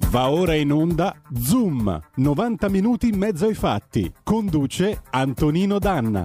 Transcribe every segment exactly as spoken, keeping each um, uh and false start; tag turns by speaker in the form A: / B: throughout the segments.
A: Va ora in onda Zoom, novanta minuti in mezzo ai fatti. Conduce Antonino Danna.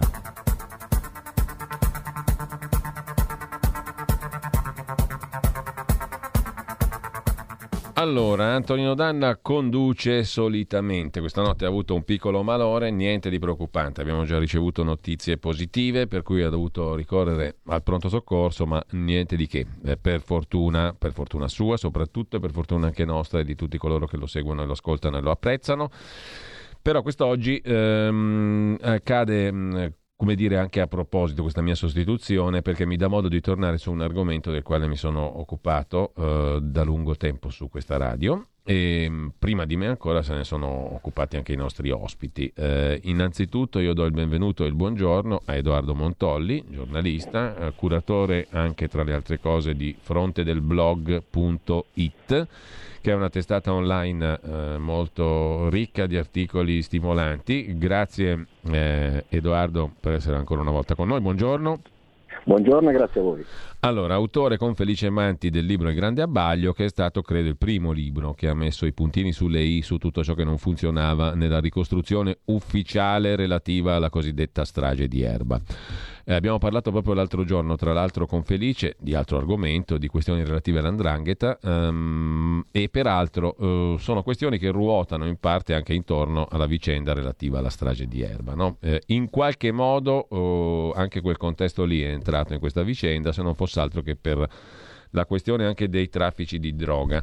B: Allora, Antonino Danna conduce solitamente. Questa notte ha avuto un piccolo malore, niente di preoccupante. Abbiamo già ricevuto notizie positive, per cui ha dovuto ricorrere al pronto soccorso, ma niente di che. Eh, per fortuna, per fortuna sua soprattutto, e per fortuna anche nostra e di tutti coloro che lo seguono e lo ascoltano e lo apprezzano. Però quest'oggi ehm, accade... Mh, come dire, anche a proposito questa mia sostituzione, perché mi dà modo di tornare su un argomento del quale mi sono occupato eh, da lungo tempo su questa radio e mh, prima di me ancora se ne sono occupati anche i nostri ospiti. Eh, innanzitutto io do il benvenuto e il buongiorno a Edoardo Montolli, giornalista, eh, curatore anche tra le altre cose di frontedelblog punto it, che è una testata online eh, molto ricca di articoli stimolanti. Grazie eh, Edoardo per essere ancora una volta con noi. Buongiorno.
C: Buongiorno e grazie a voi.
B: Allora, autore con Felice Manti del libro Il Grande Abbaglio, che è stato, credo, il primo libro che ha messo i puntini sulle i su tutto ciò che non funzionava nella ricostruzione ufficiale relativa alla cosiddetta strage di Erba. Eh, abbiamo parlato proprio l'altro giorno, tra l'altro con Felice, di altro argomento, di questioni relative all'andrangheta, um, e peraltro uh, sono questioni che ruotano in parte anche intorno alla vicenda relativa alla strage di Erba, no? Eh, in qualche modo uh, anche quel contesto lì è entrato in questa vicenda, se non fosse altro che per la questione anche dei traffici di droga,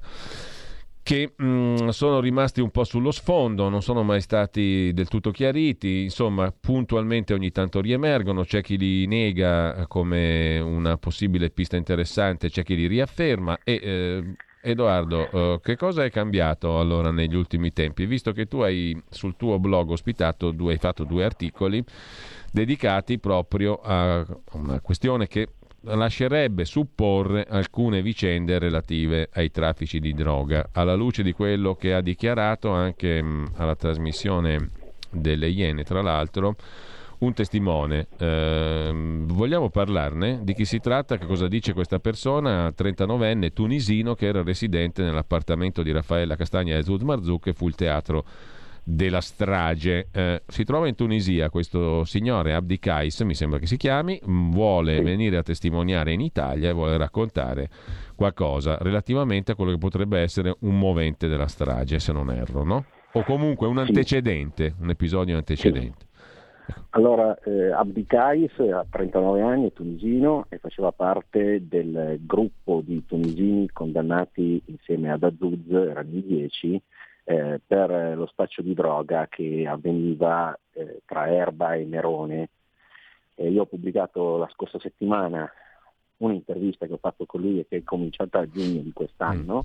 B: che mh, sono rimasti un po' sullo sfondo, non sono mai stati del tutto chiariti, insomma puntualmente ogni tanto riemergono, c'è chi li nega come una possibile pista interessante, c'è chi li riafferma. E eh, Edoardo, eh, che cosa è cambiato allora negli ultimi tempi? Visto che tu hai sul tuo blog ospitato due, hai fatto due articoli dedicati proprio a una questione che lascerebbe supporre alcune vicende relative ai traffici di droga, alla luce di quello che ha dichiarato anche mh, alla trasmissione delle Iene, tra l'altro, un testimone. Eh, vogliamo parlarne? Di chi si tratta? Che cosa dice questa persona, trentanovenne tunisino, che era residente nell'appartamento di Raffaella Castagna e Zuz Marzouk, che fu il teatro della strage. Eh, si trova in Tunisia questo signore, Abdi Kais mi sembra che si chiami, vuole venire a testimoniare in Italia e vuole raccontare qualcosa relativamente a quello che potrebbe essere un movente della strage, se non erro, no? O comunque un antecedente, un episodio antecedente.
C: Allora, eh, Abdi Kais ha trentanove anni, è tunisino e faceva parte del gruppo di tunisini condannati insieme ad Azuz, erano i dieci, Eh, per lo spaccio di droga che avveniva eh, tra Erba e Nerone. Eh, io ho pubblicato la scorsa settimana un'intervista che ho fatto con lui e che è cominciata a giugno di quest'anno,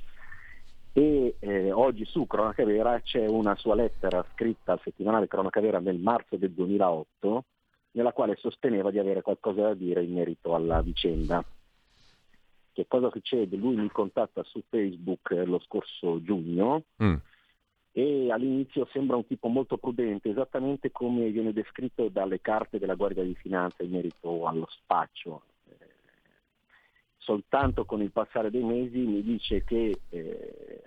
C: mm. e eh, oggi su Cronaca Vera c'è una sua lettera scritta al settimanale Cronaca Vera nel marzo del duemilaotto, nella quale sosteneva di avere qualcosa da dire in merito alla vicenda. Che cosa succede? Lui mi contatta su Facebook lo scorso giugno mm. e all'inizio sembra un tipo molto prudente, esattamente come viene descritto dalle carte della Guardia di Finanza in merito allo spaccio. Eh, soltanto con il passare dei mesi mi dice che eh,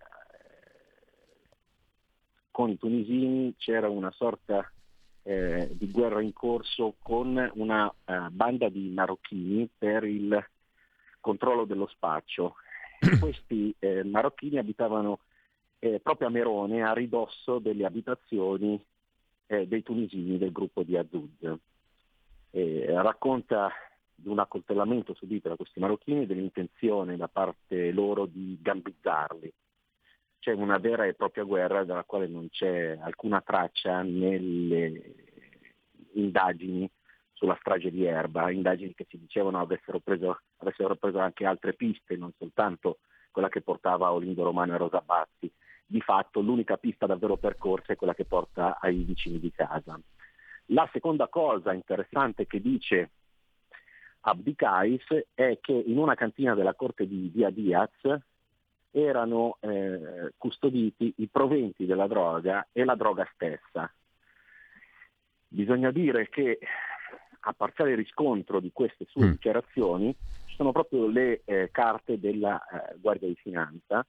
C: con i tunisini c'era una sorta eh, di guerra in corso con una uh, banda di marocchini per il controllo dello spaccio. Questi eh, marocchini abitavano eh, proprio a Merone, a ridosso delle abitazioni eh, dei tunisini del gruppo di Azuz. Eh, racconta di un accoltellamento subito da questi marocchini e dell'intenzione da parte loro di gambizzarli. C'è una vera e propria guerra dalla quale non c'è alcuna traccia nelle indagini sulla strage di Erba, indagini che si dicevano avessero preso, avessero preso anche altre piste, non soltanto quella che portava a Olindo Romano e Rosa Bazzi. Di fatto l'unica pista davvero percorsa è quella che porta ai vicini di casa. La seconda cosa interessante che dice Abdi Kais è che in una cantina della corte di Via Diaz erano eh, custoditi i proventi della droga e la droga stessa. Bisogna dire che a parziale riscontro di queste sue mm. dichiarazioni ci sono proprio le eh, carte della eh, Guardia di Finanza,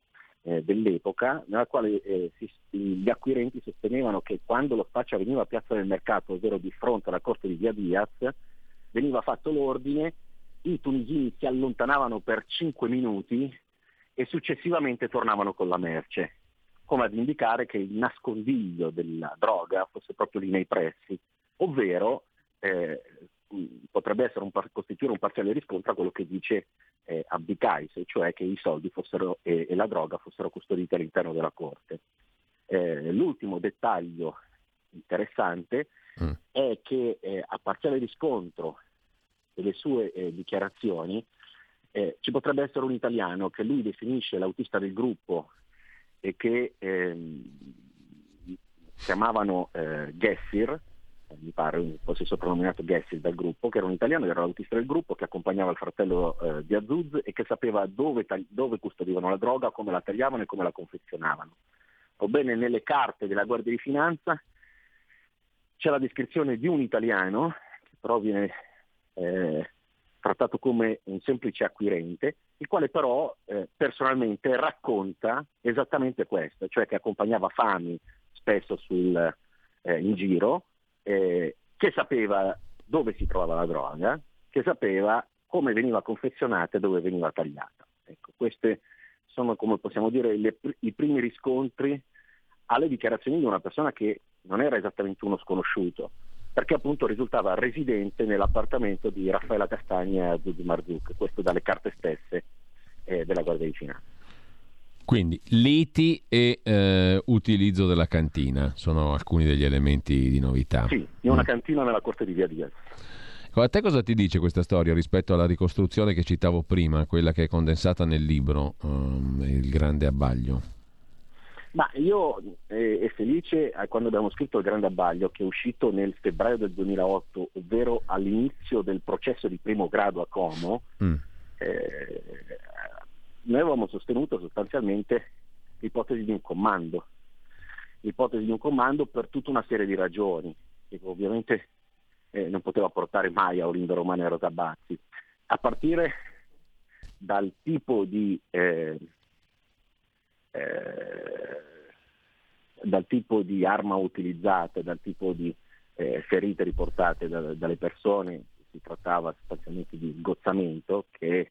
C: eh, dell'epoca, nella quale eh, si, gli acquirenti sostenevano che quando lo spaccio veniva a Piazza del Mercato, ovvero di fronte alla corte di Via Diaz, veniva fatto l'ordine, i tunisini si allontanavano per cinque minuti e successivamente tornavano con la merce, come ad indicare che il nascondiglio della droga fosse proprio lì nei pressi, ovvero eh, potrebbe essere un, costituire un parziale riscontro a quello che dice eh, Abdicais, cioè che i soldi fossero e, e la droga fossero custoditi all'interno della corte. Eh, l'ultimo dettaglio interessante mm. è che eh, a parziale riscontro delle sue eh, dichiarazioni eh, ci potrebbe essere un italiano che lui definisce l'autista del gruppo e che ehm, chiamavano eh, Gessir, mi pare fosse soprannominato Gessir dal gruppo, che era un italiano, era l'autista del gruppo, che accompagnava il fratello eh, di Azuz e che sapeva dove, tag- dove custodivano la droga, come la tagliavano e come la confezionavano. Obbene, nelle carte della Guardia di Finanza c'è la descrizione di un italiano, che però viene eh, trattato come un semplice acquirente, il quale però eh, personalmente racconta esattamente questo, cioè che accompagnava Fami spesso sul, eh, in giro, eh, che sapeva dove si trovava la droga, che sapeva come veniva confezionata e dove veniva tagliata. Ecco, queste sono, come possiamo dire, le, i primi riscontri alle dichiarazioni di una persona che non era esattamente uno sconosciuto, perché appunto risultava residente nell'appartamento di Raffaella Castagna e Azuz Marzouk, questo dalle carte stesse eh, della Guardia di Finanza.
B: Quindi liti e eh, utilizzo della cantina sono alcuni degli elementi di novità.
C: Sì, in una
B: mm.
C: cantina nella corte di Via Diaz.
B: A te cosa ti dice questa storia rispetto alla ricostruzione che citavo prima, quella che è condensata nel libro, um, Il Grande Abbaglio?
C: Ma io eh, e Felice, eh, quando abbiamo scritto Il Grande Abbaglio, che è uscito nel febbraio del duemilaotto, ovvero all'inizio del processo di primo grado a Como, mm. eh, noi avevamo sostenuto sostanzialmente l'ipotesi di un comando, l'ipotesi di un comando per tutta una serie di ragioni, che ovviamente eh, non poteva portare mai a Olindo Romano e Rotabazzi, a partire dal tipo di eh, eh, dal tipo di arma utilizzata, dal tipo di eh, ferite riportate da, dalle persone. Si trattava sostanzialmente di sgozzamento che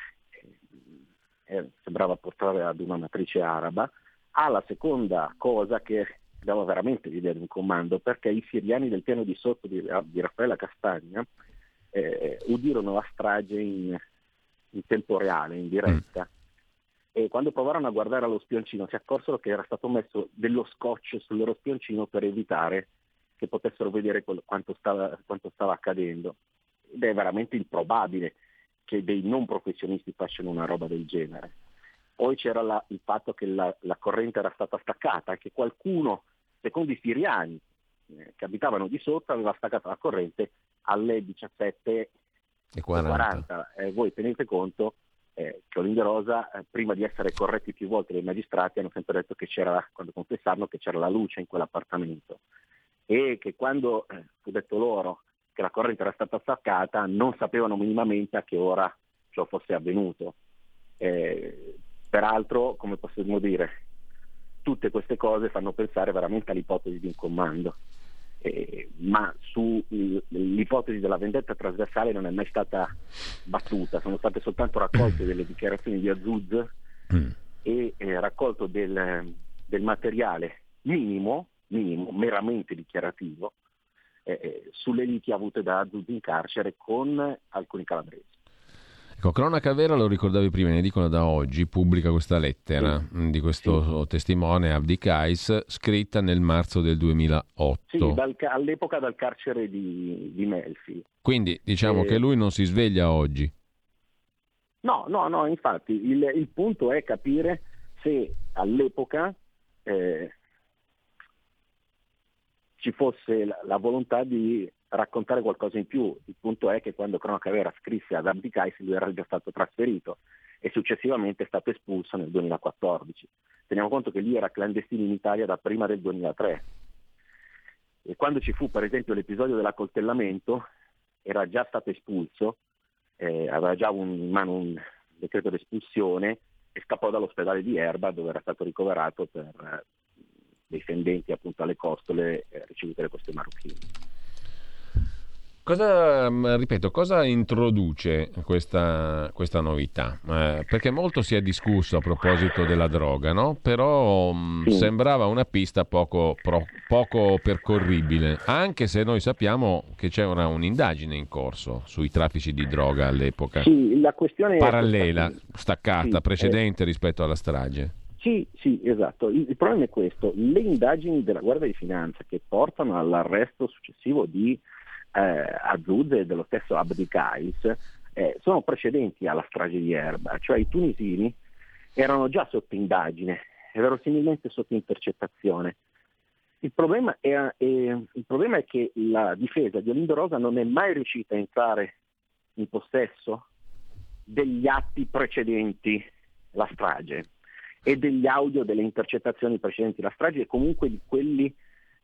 C: Eh, sembrava portare ad una matrice araba, alla seconda cosa che dava veramente l'idea di un comando, perché i siriani del piano di sotto di, di Raffaella Castagna eh, udirono la strage in, in tempo reale, in diretta, mm. e quando provarono a guardare allo spioncino si accorsero che era stato messo dello scotch sul loro spioncino per evitare che potessero vedere quello, quanto, stava, quanto stava accadendo, ed è veramente improbabile che dei non professionisti facciano una roba del genere. Poi c'era la, il fatto che la, la corrente era stata staccata, che qualcuno, secondo i siriani eh, che abitavano di sotto, aveva staccato la corrente alle diciassette e quaranta. Eh, voi tenete conto eh, che Olindo Rosa, eh, prima di essere corretti più volte dai magistrati, hanno sempre detto che c'era, quando confessarono, che c'era la luce in quell'appartamento, e che quando eh, fu detto loro che la corrente era stata staccata non sapevano minimamente a che ora ciò fosse avvenuto. Eh, peraltro, come possiamo dire, tutte queste cose fanno pensare veramente all'ipotesi di un comando, eh, ma sull'ipotesi della vendetta trasversale non è mai stata battuta, sono state soltanto raccolte delle dichiarazioni di Azuz mm. e eh, raccolto del, del materiale minimo, minimo, meramente dichiarativo, Eh, sulle liti avute da Azuz in carcere con alcuni calabresi.
B: Ecco, Cronaca Vera, lo ricordavi prima, ne dicono da oggi, pubblica questa lettera sì. di questo sì. testimone Abdicais, scritta nel marzo del duemilaotto.
C: Sì, dal, all'epoca dal carcere di, di Melfi.
B: Quindi diciamo eh, che lui non si sveglia oggi.
C: No, no, no, infatti il, il punto è capire se all'epoca eh, ci fosse la, la volontà di raccontare qualcosa in più. Il punto è che quando Cronaca Vera scrisse ad Abdicais lui era già stato trasferito e successivamente è stato espulso nel duemilaquattordici. Teniamo conto che lui era clandestino in Italia da prima del duemilatré e quando ci fu per esempio l'episodio dell'accoltellamento era già stato espulso, eh, aveva già un, in mano un decreto d'espulsione e scappò dall'ospedale di Erba, dove era stato ricoverato per eh, dei fendenti appunto alle costole eh, ricevute da questi marocchini.
B: Cosa, ripeto, cosa introduce questa, questa novità? Eh, perché molto si è discusso a proposito della droga, no? Però mh,
C: Sì.
B: sembrava una pista poco, pro, poco percorribile, anche se noi sappiamo che c'è una, un'indagine in corso sui traffici di droga all'epoca.
C: Sì, la questione
B: parallela,
C: è questa,
B: staccata,
C: sì,
B: precedente
C: eh,
B: rispetto alla strage.
C: Sì, sì, esatto. Il, il problema è questo. Le indagini della Guardia di Finanza che portano all'arresto successivo di Eh, Azouz e dello stesso Abdi Qais eh, sono precedenti alla strage di Erba, cioè i tunisini erano già sotto indagine e verosimilmente sotto intercettazione. Il problema è, è, il problema è che la difesa di Olindo Rosa non è mai riuscita a entrare in possesso degli atti precedenti la strage e degli audio delle intercettazioni precedenti la strage e comunque di quelli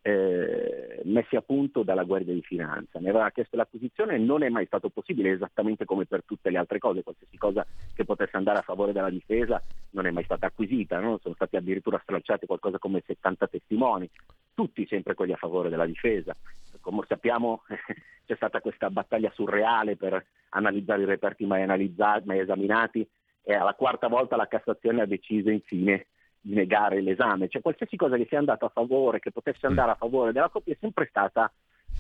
C: Eh, messi a punto dalla Guardia di Finanza. Ne aveva chiesto l'acquisizione e non è mai stato possibile, esattamente come per tutte le altre cose. Qualsiasi cosa che potesse andare a favore della difesa non è mai stata acquisita, no? Sono stati addirittura stralciati qualcosa come settanta testimoni, tutti sempre quelli a favore della difesa. Come sappiamo c'è stata questa battaglia surreale per analizzare i reperti mai analizzati, mai esaminati, e alla quarta volta la Cassazione ha deciso infine di negare l'esame, cioè qualsiasi cosa che sia andata a favore, che potesse andare a favore della coppia è sempre stata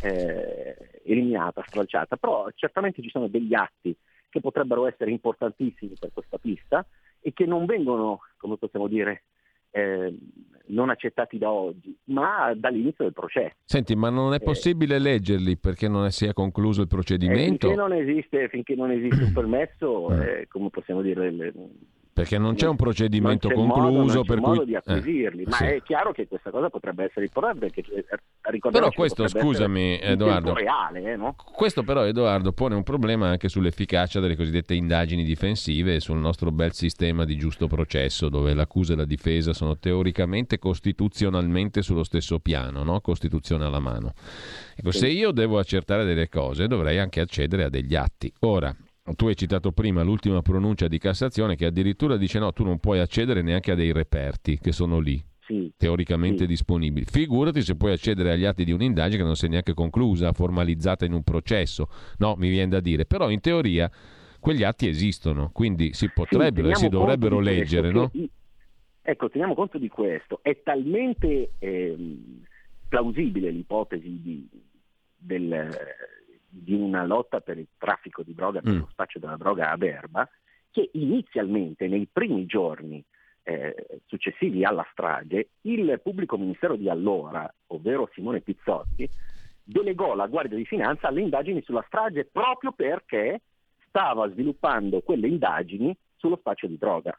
C: eh, eliminata, stralciata, però certamente ci sono degli atti che potrebbero essere importantissimi per questa pista e che non vengono, come possiamo dire, eh, non accettati da oggi, ma dall'inizio del processo.
B: Senti, ma non è possibile eh, leggerli perché non si è concluso il procedimento?
C: Eh, finché non esiste, finché non esiste un permesso, eh, come possiamo dire... Le,
B: perché non c'è un procedimento
C: non c'è
B: concluso
C: modo, non c'è
B: per
C: modo
B: cui
C: di acquisirli, eh, ma sì. È chiaro che questa cosa potrebbe essere importante, perché
B: però questo, scusami Edoardo,
C: reale, eh, no?
B: Questo però Edoardo pone un problema anche sull'efficacia delle cosiddette indagini difensive e sul nostro bel sistema di giusto processo, dove l'accusa e la difesa sono teoricamente costituzionalmente sullo stesso piano, no? Costituzione alla mano. Ecco, sì. Se io devo accertare delle cose dovrei anche accedere a degli atti. Ora, tu hai citato prima l'ultima pronuncia di Cassazione che addirittura dice no, tu non puoi accedere neanche a dei reperti che sono lì, sì, teoricamente sì. disponibili. Figurati se puoi accedere agli atti di un'indagine che non si è neanche conclusa, formalizzata in un processo. No, mi viene da dire, però in teoria quegli atti esistono, quindi si potrebbero sì, e si dovrebbero leggere, no?
C: Che, ecco, teniamo conto di questo. È talmente eh, plausibile l'ipotesi di, del... di una lotta per il traffico di droga, per lo spaccio della droga ad Erba, che inizialmente nei primi giorni eh, successivi alla strage il pubblico ministero di allora, ovvero Simone Pizzotti, delegò la Guardia di Finanza alle indagini sulla strage proprio perché stava sviluppando quelle indagini sullo spaccio di droga.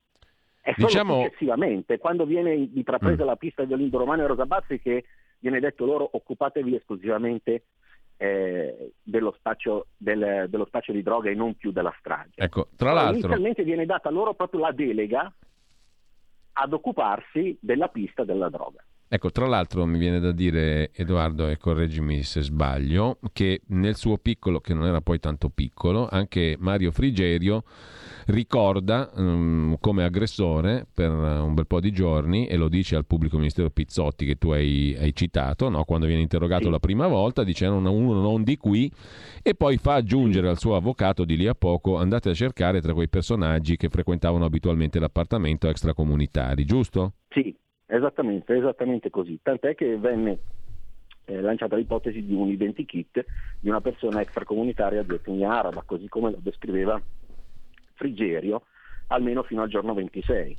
C: È solo diciamo... successivamente, quando viene intrapresa mm. la pista di Olindo Romano e Rosa Bazzi, che viene detto loro occupatevi esclusivamente Eh, dello spaccio del, dello spaccio di droga e non più della strage.
B: Ecco, tra l'altro
C: inizialmente viene data loro proprio la delega ad occuparsi della pista della droga.
B: Ecco, tra l'altro mi viene da dire, Edoardo, e correggimi se sbaglio, che nel suo piccolo, che non era poi tanto piccolo, anche Mario Frigerio ricorda um, come aggressore per un bel po' di giorni, e lo dice al pubblico ministero Pizzotti che tu hai, hai citato, no? Quando viene interrogato sì. la prima volta, dice uno, uno non di qui, e poi fa aggiungere al suo avvocato di lì a poco: andate a cercare tra quei personaggi che frequentavano abitualmente l'appartamento extracomunitari, giusto?
C: Sì, esattamente, esattamente così, tant'è che venne eh, lanciata l'ipotesi di un identikit di una persona extracomunitaria di etnia araba, così come lo descriveva Frigerio, almeno fino al giorno ventisei,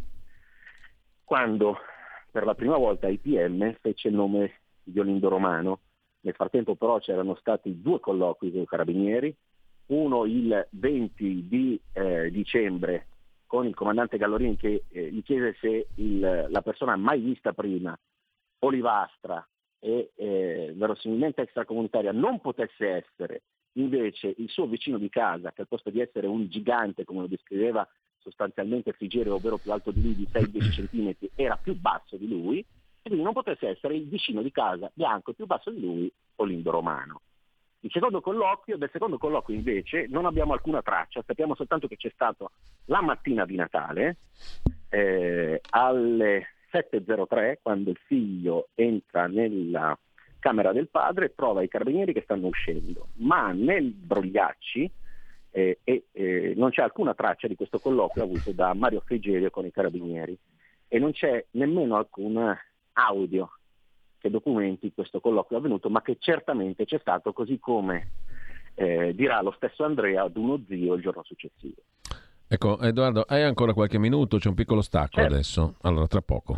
C: quando per la prima volta I P M fece il nome di Olindo Romano. Nel frattempo però c'erano stati due colloqui con i carabinieri, uno il venti di eh, dicembre con il comandante Gallorini che eh, gli chiese se il, la persona mai vista prima, olivastra e eh, verosimilmente extracomunitaria, non potesse essere invece il suo vicino di casa, che al posto di essere un gigante, come lo descriveva sostanzialmente Frigerio, ovvero più alto di lui di sei dieci centimetri, era più basso di lui, e quindi non potesse essere il vicino di casa bianco più basso di lui, Olindo Romano. Il secondo colloquio, del secondo colloquio invece non abbiamo alcuna traccia, sappiamo soltanto che c'è stato la mattina di Natale, eh, alle sette e zero tre, quando il figlio entra nella camera del padre, trova i carabinieri che stanno uscendo, ma nel brogliacci eh, eh, eh, non c'è alcuna traccia di questo colloquio avuto da Mario Frigerio con i carabinieri e non c'è nemmeno alcun audio che documenti questo colloquio avvenuto, ma che certamente c'è stato, così come eh, dirà lo stesso Andrea ad uno zio il giorno successivo.
B: Ecco, Edoardo, hai ancora qualche minuto? C'è un piccolo stacco
C: certo.
B: Adesso, allora tra poco.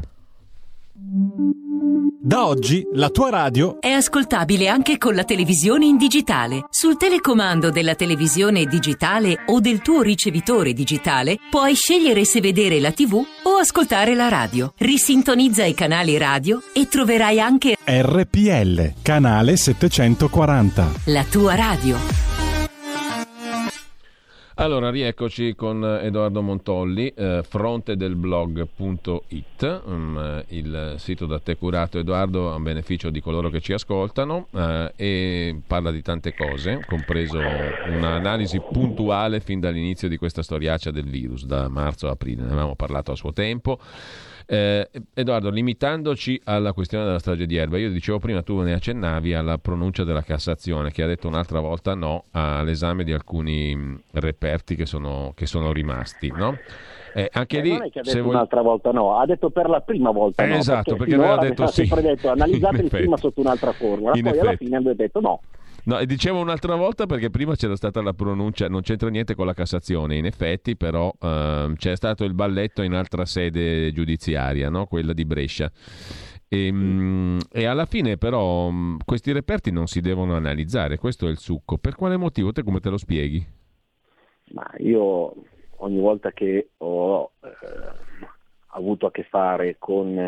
A: Da oggi la tua radio
D: è ascoltabile anche con la televisione in digitale. Sul telecomando della televisione digitale o del tuo ricevitore digitale puoi scegliere se vedere la tivù o ascoltare la radio. Risintonizza i canali radio e troverai anche
A: R P L, canale settecentoquaranta.
D: La tua radio.
B: Allora, rieccoci con Edoardo Montolli, eh, frontedelblog punto it, um, il sito da te curato, Edoardo, a beneficio di coloro che ci ascoltano, eh, e parla di tante cose, compreso un'analisi puntuale fin dall'inizio di questa storiaccia del virus, da marzo a aprile, ne avevamo parlato a suo tempo. Eh, Edoardo, limitandoci alla questione della strage di Erba, io dicevo prima, tu ne accennavi alla pronuncia della Cassazione che ha detto un'altra volta no all'esame di alcuni mh, reperti che sono, che sono rimasti, no? Eh, anche
C: eh,
B: lì,
C: non è che ha detto
B: se vuoi...
C: un'altra volta no, ha detto per la prima volta
B: eh,
C: no,
B: esatto,
C: perché,
B: perché aveva
C: finora
B: detto
C: aveva
B: sì.
C: sempre detto analizzate
B: In
C: il film
B: effetti.
C: sotto un'altra formula,
B: In
C: poi
B: effetti.
C: alla fine hanno detto no.
B: No, e dicevo un'altra volta perché prima c'era stata la pronuncia, non c'entra niente con la Cassazione, in effetti, però ehm, c'è stato il balletto in altra sede giudiziaria, no? Quella di Brescia. E, mh, e alla fine però mh, questi reperti non si devono analizzare, questo è il succo. Per quale motivo? Te come te lo spieghi?
C: Ma io ogni volta che ho eh, avuto a che fare con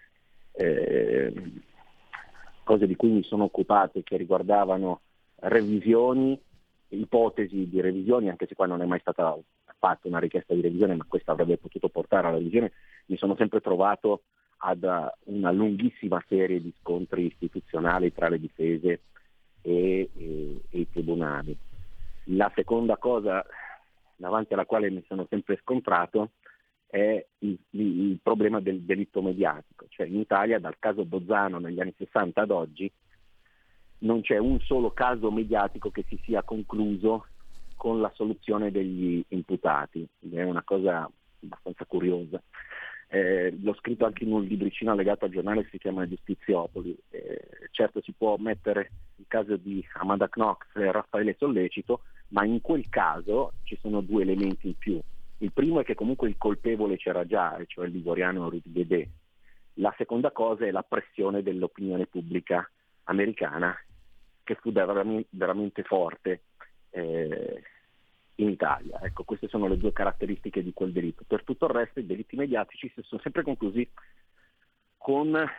C: eh, cose di cui mi sono occupato che riguardavano revisioni, ipotesi di revisioni, anche se qua non è mai stata fatta una richiesta di revisione, ma questa avrebbe potuto portare alla revisione, mi sono sempre trovato ad una lunghissima serie di scontri istituzionali tra le difese e, e, e i tribunali. La seconda cosa davanti alla quale mi sono sempre scontrato è il, il problema del delitto mediatico, cioè in Italia dal caso Bozzano negli anni sessanta ad oggi non c'è un solo caso mediatico che si sia concluso con la soluzione degli imputati, è una cosa abbastanza curiosa. Eh, l'ho scritto anche in un libricino legato al giornale che si chiama Giustiziopoli. Eh, certo si può mettere il caso di Amanda Knox e Raffaele Sollecito, ma in quel caso ci sono due elementi in più. Il primo è che comunque il colpevole c'era già, cioè il liguriano Rudy Guedé. La seconda cosa è la pressione dell'opinione pubblica americana, che fu veramente, veramente forte eh, in Italia. Ecco, queste sono le due caratteristiche di quel delitto. Per tutto il resto i delitti mediatici si sono sempre conclusi con eh,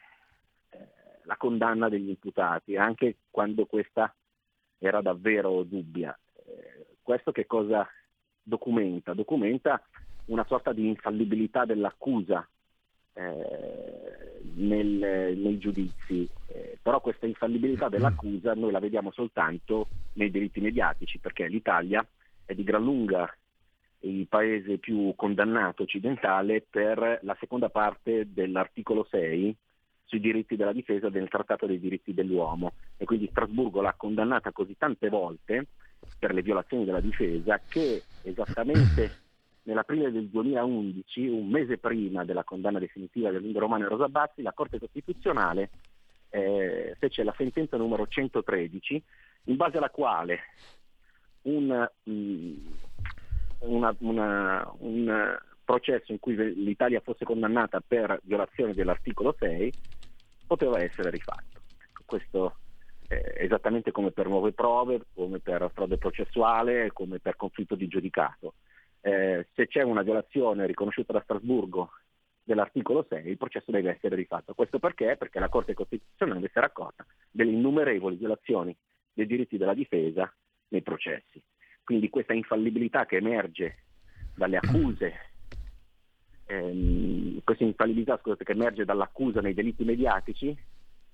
C: la condanna degli imputati, anche quando questa era davvero dubbia. Eh, questo che cosa documenta? Documenta una sorta di infallibilità dell'accusa eh, nel, nei giudizi, eh, però questa infallibilità dell'accusa noi la vediamo soltanto nei delitti mediatici, perché l'Italia è di gran lunga il paese più condannato occidentale per la seconda parte dell'articolo sei sui diritti della difesa del Trattato dei diritti dell'uomo, e quindi Strasburgo l'ha condannata così tante volte per le violazioni della difesa che esattamente nell'aprile del duemilaundici, un mese prima della condanna definitiva dell'Emilia Romagna e Rosa Bazzi, la Corte Costituzionale eh, fece la sentenza numero centotredici, in base alla quale un, una, una, un processo in cui l'Italia fosse condannata per violazione dell'articolo sei poteva essere rifatto. Questo eh, esattamente come per nuove prove, come per frode processuale, come per conflitto di giudicato. Eh, se c'è una violazione riconosciuta da Strasburgo dell'articolo sei, il processo deve essere rifatto. Questo perché? Perché la Corte Costituzionale deve essere accorta delle innumerevoli violazioni dei diritti della difesa nei processi. Quindi questa infallibilità che emerge dalle accuse, ehm, questa infallibilità scusate, che emerge dall'accusa nei delitti mediatici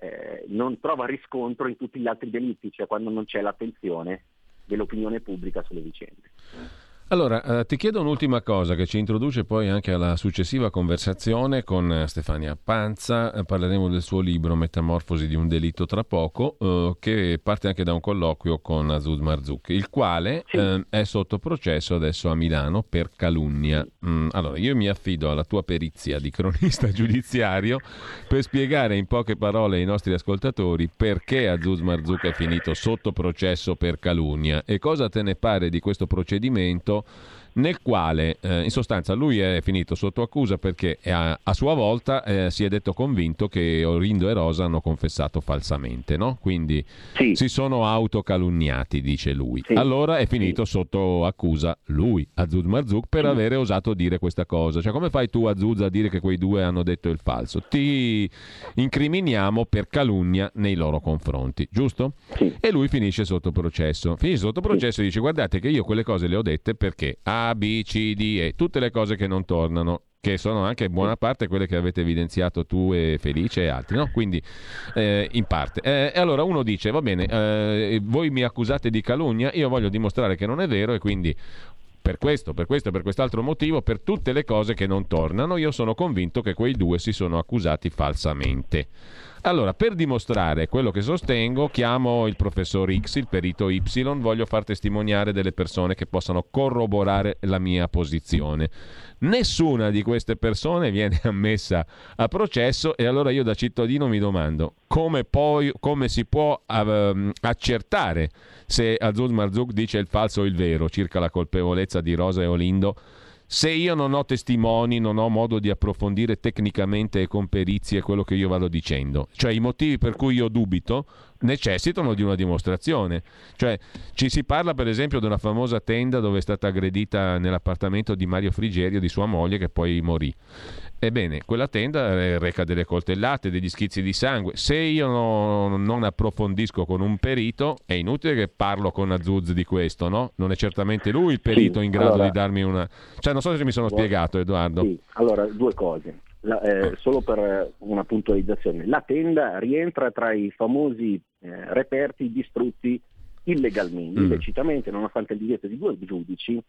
C: eh, non trova riscontro in tutti gli altri delitti, cioè quando non c'è l'attenzione dell'opinione pubblica sulle vicende.
B: Allora, eh, ti chiedo un'ultima cosa che ci introduce poi anche alla successiva conversazione con eh, Stefania Panza. Eh, parleremo del suo libro Metamorfosi di un delitto tra poco, eh, che parte anche da un colloquio con Azouz Marzouk, il quale
C: Sì.
B: eh, è sotto processo adesso a Milano per calunnia. Mm, allora, io mi affido alla tua perizia di cronista giudiziario per spiegare in poche parole ai nostri ascoltatori perché Azouz Marzouk è finito sotto processo per calunnia e cosa te ne pare di questo procedimento nel quale eh, in sostanza lui è finito sotto accusa perché a, a sua volta eh, si è detto convinto che Orindo e Rosa hanno confessato falsamente, no? Quindi
C: Sì.
B: si sono autocalunniati, dice lui.
C: Sì.
B: Allora è finito
C: Sì.
B: sotto accusa lui, Azouz Marzouk, per
C: Sì.
B: avere osato dire questa cosa. Cioè, come fai tu, Azouz, a dire che quei due hanno detto il falso? Ti incriminiamo per calunnia nei loro confronti, giusto?
C: Sì.
B: E lui finisce sotto processo. Finisce sotto processo e dice: guardate che io quelle cose le ho dette perché A, B, C, D, E, tutte le cose che non tornano, che sono anche in buona parte quelle che avete evidenziato tu e Felice e altri, no? Quindi eh, in parte. Eh, e allora uno dice: va bene, eh, voi mi accusate di calunnia, io voglio dimostrare che non è vero e quindi per questo, per questo e per quest'altro motivo, per tutte le cose che non tornano, io sono convinto che quei due si sono accusati falsamente. Allora, per dimostrare quello che sostengo, chiamo il professor X, il perito Y, voglio far testimoniare delle persone che possano corroborare la mia posizione. Nessuna di queste persone viene ammessa a processo e allora io da cittadino mi domando come poi come si può uh, accertare se Azouz Marzouk dice il falso o il vero circa la colpevolezza di Rosa e Olindo, se io non ho testimoni, non ho modo di approfondire tecnicamente e con perizie quello che io vado dicendo. Cioè i motivi per cui io dubito necessitano di una dimostrazione. Cioè ci si parla per esempio di una famosa tenda dove è stata aggredita nell'appartamento di Mario Frigerio, di sua moglie, che poi morì. Ebbene, quella tenda reca delle coltellate, degli schizzi di sangue. Se io no, non approfondisco con un perito, è inutile che parlo con Azouz di questo, no? Non è certamente lui il perito
C: Sì,
B: in grado
C: allora,
B: di darmi una... Cioè, non so se mi sono spiegato, Edoardo.
C: Sì, allora, due cose. La, eh, solo per una puntualizzazione. La tenda rientra tra i famosi eh, reperti distrutti illegalmente,
B: Mm.
C: illecitamente, nonostante il divieto di due giudici,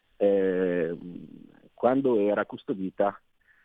C: eh, quando era custodita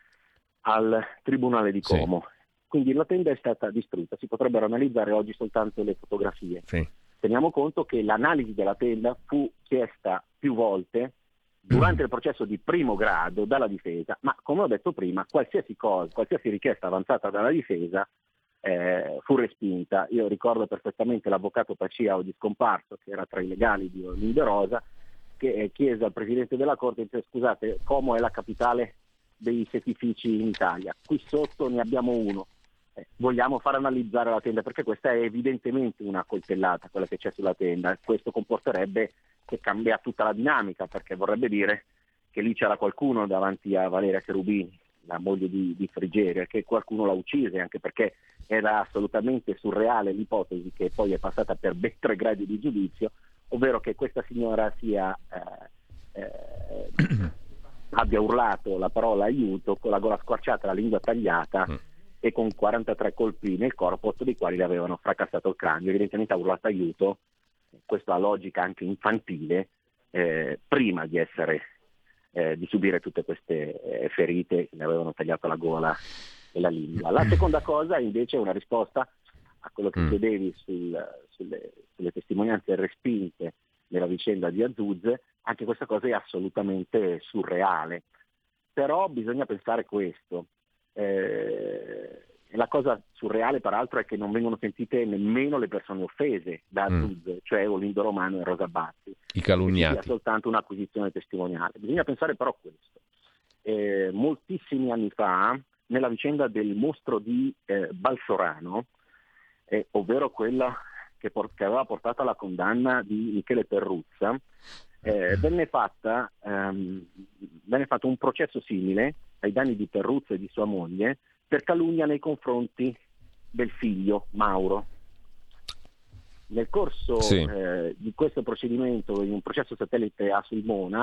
C: al Tribunale di Como. Sì. Quindi la tenda è stata distrutta, si potrebbero analizzare oggi soltanto le fotografie.
B: Sì.
C: Teniamo conto che l'analisi della tenda fu chiesta più volte durante il processo di primo grado dalla difesa, ma come ho detto prima, qualsiasi cosa, qualsiasi richiesta avanzata dalla difesa eh, fu respinta. Io ricordo perfettamente l'avvocato Pacia di scomparso, che era tra i legali di Olindo Rosa, che chiese al presidente della Corte, dice, scusate, Como è la capitale dei settifici in Italia, qui sotto ne abbiamo uno, eh, vogliamo far analizzare la tenda perché questa è evidentemente una coltellata, quella che c'è sulla tenda, questo comporterebbe che cambia tutta la dinamica, perché vorrebbe dire che lì c'era qualcuno davanti a Valeria Cherubini, la moglie di, di Frigerio, che qualcuno l'ha uccisa, anche perché era assolutamente surreale l'ipotesi che poi è passata per ben tre gradi di giudizio, ovvero che questa signora sia eh, eh, abbia urlato la parola aiuto con la gola squarciata, la lingua tagliata mm. e con quarantatré colpi nel corpo, otto dei quali le avevano fracassato il cranio. Evidentemente ha urlato aiuto, questa logica anche infantile, eh, prima di essere eh, di subire tutte queste eh, ferite che le avevano tagliato la gola e la lingua. La seconda cosa invece è una risposta a quello che chiedevi sul, sulle, sulle testimonianze respinte nella vicenda di Azouz. Anche questa cosa è assolutamente surreale, però bisogna pensare questo. Eh, la cosa surreale peraltro è che non vengono sentite nemmeno le persone offese da Azouz, mm. cioè Olindo Romano e Rosa Bazzi,
B: i calunniati.
C: Sia soltanto un'acquisizione testimoniale. Bisogna pensare però questo. Eh, moltissimi anni fa, nella vicenda del mostro di eh, Balsorano, eh, ovvero quella che, por- che aveva portato alla condanna di Michele Perruzza, eh, venne, fatta, ehm, venne fatto un processo simile ai danni di Perruzza e di sua moglie per calunnia nei confronti del figlio Mauro. Nel corso
B: sì.
C: eh, di questo procedimento, in un processo satellite a Sulmona,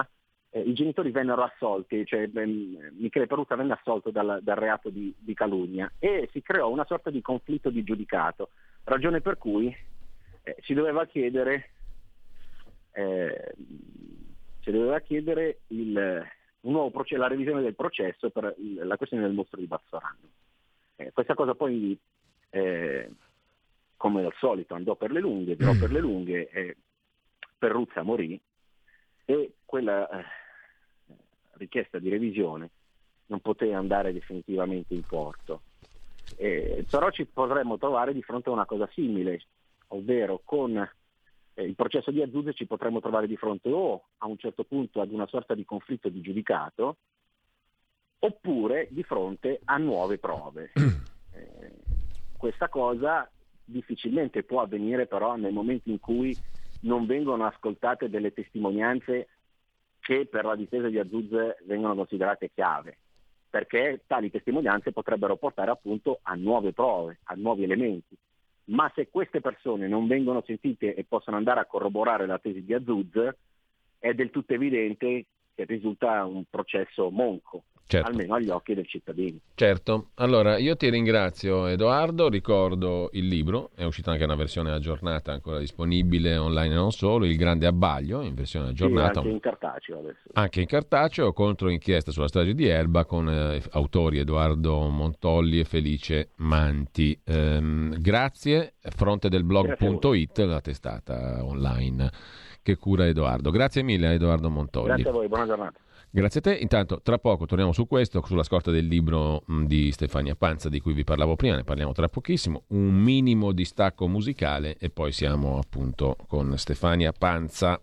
C: eh, i genitori vennero assolti, cioè ben, Michele Peruzza venne assolto dal, dal reato di, di calunnia e si creò una sorta di conflitto di giudicato, ragione per cui eh, si doveva chiedere eh, si doveva chiedere il, un nuovo processo, la revisione del processo per la questione del mostro di Bassorano. Eh, questa cosa poi eh, come al solito andò per le lunghe, andò per le lunghe e Peruzza morì e quella eh, richiesta di revisione non poté andare definitivamente in porto. Eh, però ci potremmo trovare di fronte a una cosa simile, ovvero con eh, il processo di Azzuzze ci potremmo trovare di fronte o a un certo punto ad una sorta di conflitto di giudicato oppure di fronte a nuove prove. Eh, questa cosa difficilmente può avvenire però nel momento in cui non vengono ascoltate delle testimonianze che per la difesa di Azzuzze vengono considerate chiave, perché tali testimonianze potrebbero portare appunto a nuove prove, a nuovi elementi. Ma se queste persone non vengono sentite e possono andare a corroborare la tesi di Azzuzze, è del tutto evidente che risulta un processo monco. Certo. Almeno agli occhi del cittadino.
B: Certo, allora io ti ringrazio Edoardo, ricordo il libro, è uscita anche una versione aggiornata ancora disponibile online e non solo, Il Grande Abbaglio in versione aggiornata.
C: Sì, anche in cartaceo adesso. Anche
B: in cartaceo, contro inchiesta sulla strage di Erba con eh, autori Edoardo Montolli e Felice Manti. Ehm, grazie, fronte del blog punto it, la testata online che cura Edoardo. Grazie mille a Edoardo Montolli.
C: Grazie a voi, buona giornata.
B: Grazie a te. Intanto tra poco torniamo su questo, sulla scorta del libro mh, di Stefania Panza di cui vi parlavo prima, ne parliamo tra pochissimo, un minimo di stacco musicale e poi siamo appunto con Stefania Panza.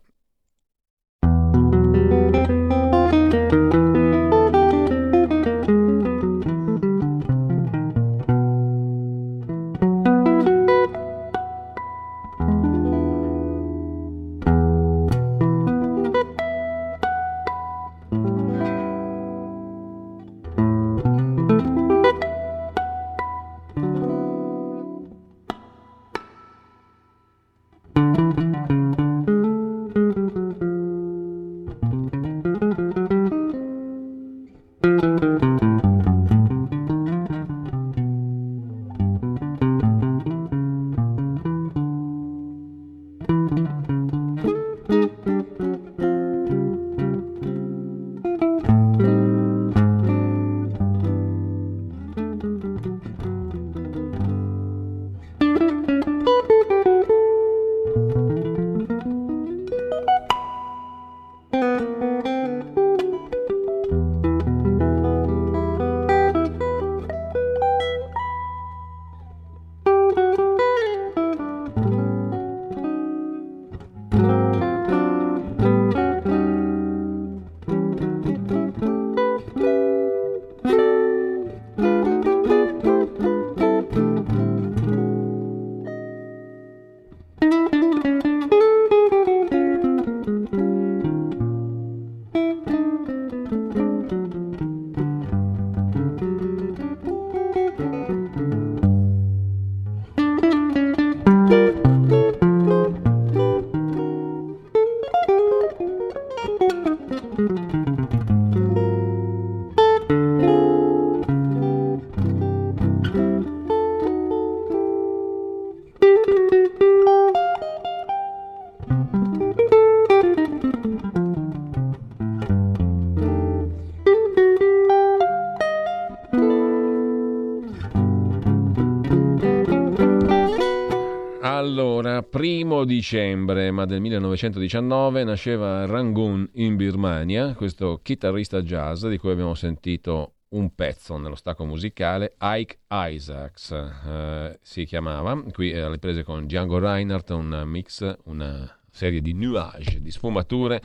B: Primo dicembre ma del millenovecentodiciannove nasceva Rangoon in Birmania, questo chitarrista jazz di cui abbiamo sentito un pezzo nello stacco musicale, Ike Isaacs eh, si chiamava, qui alle prese con Django Reinhardt, un mix, una serie di nuage, di sfumature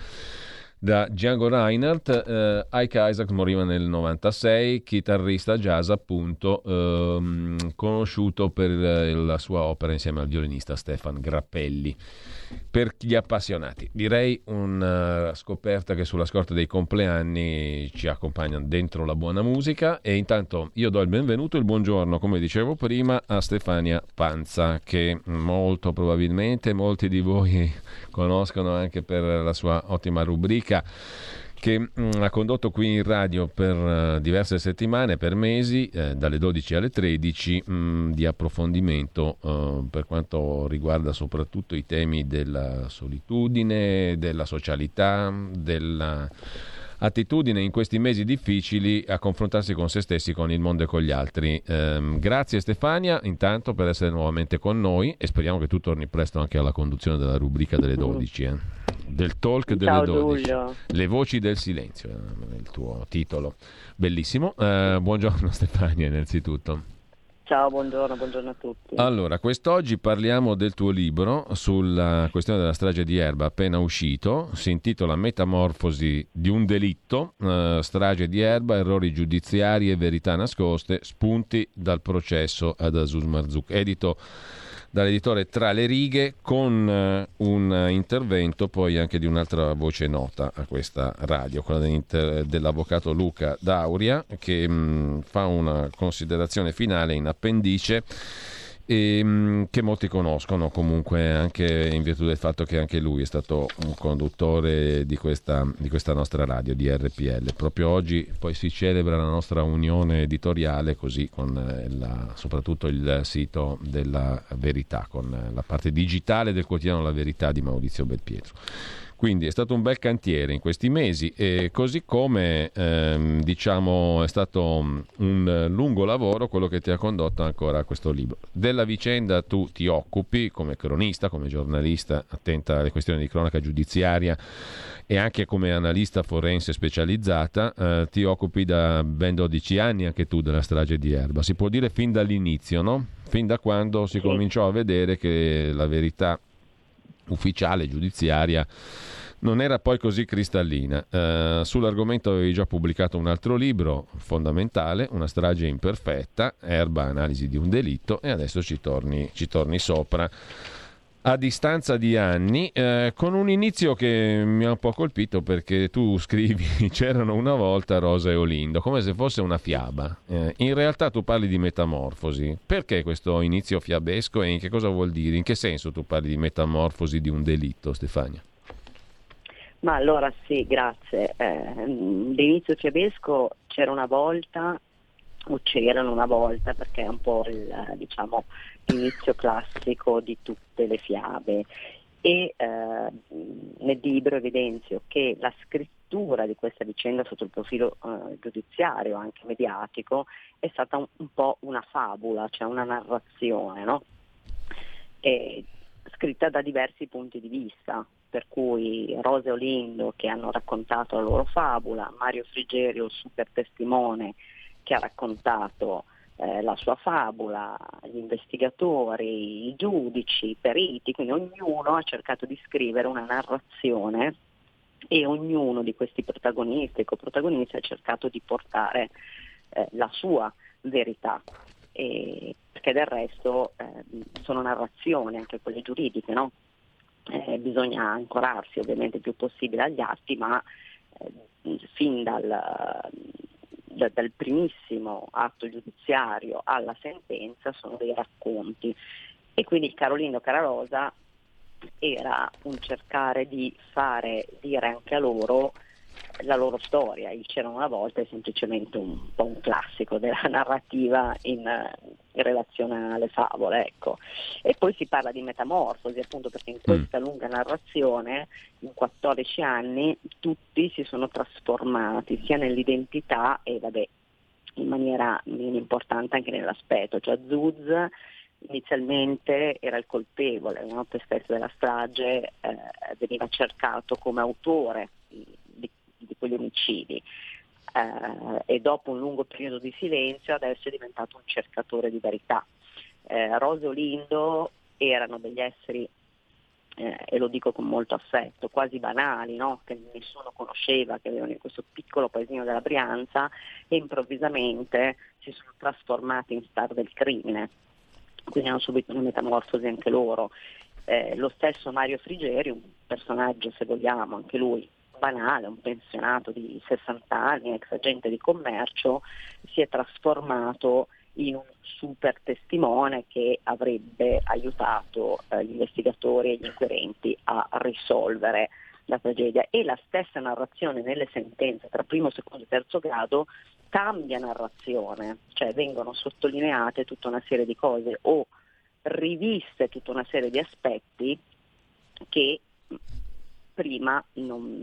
B: da Django Reinhardt. eh, Ike Isaacs moriva nel novantasei, chitarrista jazz appunto, ehm, conosciuto per eh, la sua opera insieme al violinista Stefan Grappelli. Per gli appassionati, direi una scoperta che sulla scorta dei compleanni ci accompagna dentro la buona musica. E intanto io do il benvenuto e il buongiorno, come dicevo prima, a Stefania Panza, che molto probabilmente molti di voi conoscono anche per la sua ottima rubrica che mh, ha condotto qui in radio per uh, diverse settimane, per mesi, eh, dalle dodici alle tredici, mh, di approfondimento uh, per quanto riguarda soprattutto i temi della solitudine, della socialità, della attitudine in questi mesi difficili a confrontarsi con se stessi, con il mondo e con gli altri. Eh, grazie Stefania intanto per essere nuovamente con noi e speriamo che tu torni presto anche alla conduzione della rubrica delle dodici, eh. del talk delle
E: Ciao,
B: dodici.
E: Giulio.
B: Le voci del silenzio, eh, il tuo titolo. Bellissimo. Eh, buongiorno Stefania innanzitutto.
E: Ciao, buongiorno, buongiorno a tutti.
B: Allora, quest'oggi parliamo del tuo libro sulla questione della strage di Erba, appena uscito. Si intitola Metamorfosi di un delitto, eh, strage di Erba, errori giudiziari e verità nascoste, spunti dal processo ad Azouz Marzouk, edito dall'editore Tra le righe, con uh, un intervento poi anche di un'altra voce nota a questa radio, quella dell'avvocato Luca Dauria, che mh, fa una considerazione finale in appendice e mh, che molti conoscono comunque, anche in virtù del fatto che anche lui è stato un conduttore di questa, di questa nostra radio, di R P L. Proprio oggi poi si celebra la nostra unione editoriale, così con la, soprattutto il sito della Verità, con la parte digitale del quotidiano La Verità di Maurizio Belpietro. Quindi è stato un bel cantiere in questi mesi, e così come ehm, diciamo è stato un lungo lavoro quello che ti ha condotto ancora a questo libro. Della vicenda tu ti occupi come cronista, come giornalista attenta alle questioni di cronaca giudiziaria e anche come analista forense specializzata, eh, ti occupi da ben dodici anni anche tu della strage di Erba. Si può dire fin dall'inizio, no? Fin da quando si
E: Sì.
B: cominciò a vedere che la verità ufficiale, giudiziaria, non era poi così cristallina. Uh, sull'argomento avevi già pubblicato un altro libro fondamentale, Una strage imperfetta, Erba, analisi di un delitto, e adesso ci torni, ci torni sopra a distanza di anni, eh, con un inizio che mi ha un po' colpito, perché tu scrivi c'erano una volta Rosa e Olindo, come se fosse una fiaba. Eh, in realtà tu parli di metamorfosi. Perché questo inizio fiabesco e in che cosa vuol dire? In che senso tu parli di metamorfosi di un delitto, Stefania?
E: Ma allora sì, grazie. Eh, l'inizio fiabesco c'era una volta, o c'erano una volta, perché è un po' il, diciamo, l'inizio classico di tutte le fiabe, e eh, nel libro evidenzio che la scrittura di questa vicenda sotto il profilo eh, giudiziario, anche mediatico, è stata un, un po' una fabula, cioè una narrazione, no? E, scritta da diversi punti di vista, per cui Rosa e Olindo che hanno raccontato la loro fabula, Mario Frigerio, il super testimone, che ha raccontato eh, la sua fabula, gli investigatori, i giudici, i periti, quindi ognuno ha cercato di scrivere una narrazione e ognuno di questi protagonisti e coprotagonisti ha cercato di portare eh, la sua verità, e, perché del resto eh, sono narrazioni, anche quelle giuridiche, no? Eh, bisogna ancorarsi ovviamente il più possibile agli atti, ma eh, fin dal, da, dal primissimo atto giudiziario alla sentenza sono dei racconti, e quindi il Carolino Cararosa era un cercare di fare dire anche a loro la loro storia. Il C'era una volta è semplicemente un po' un classico della narrativa in, in relazione alle favole, ecco. E poi si parla di metamorfosi, appunto perché in questa mm. lunga narrazione, in quattordici anni, tutti si sono trasformati sia nell'identità e vabbè in maniera meno importante anche nell'aspetto. Cioè Azouz inizialmente era il colpevole, la notte stessa della strage eh, veniva cercato come autore di, di, di quegli omicidi, eh, e dopo un lungo periodo di silenzio adesso è diventato un cercatore di verità. Eh, Rosa e Olindo erano degli esseri, eh, e lo dico con molto affetto, quasi banali, no? Che nessuno conosceva, che avevano in questo piccolo paesino della Brianza, e improvvisamente si sono trasformati in star del crimine. Quindi hanno subito una metamorfosi anche loro. Eh, lo stesso Mario Frigerio, un personaggio, se vogliamo, anche lui banale, un pensionato di sessanta anni, ex agente di commercio, si è trasformato in un super testimone che avrebbe aiutato eh, gli investigatori e gli inquirenti a risolvere la tragedia, e la stessa narrazione nelle sentenze tra primo, secondo e terzo grado cambia narrazione, cioè vengono sottolineate tutta una serie di cose o riviste tutta una serie di aspetti che prima non,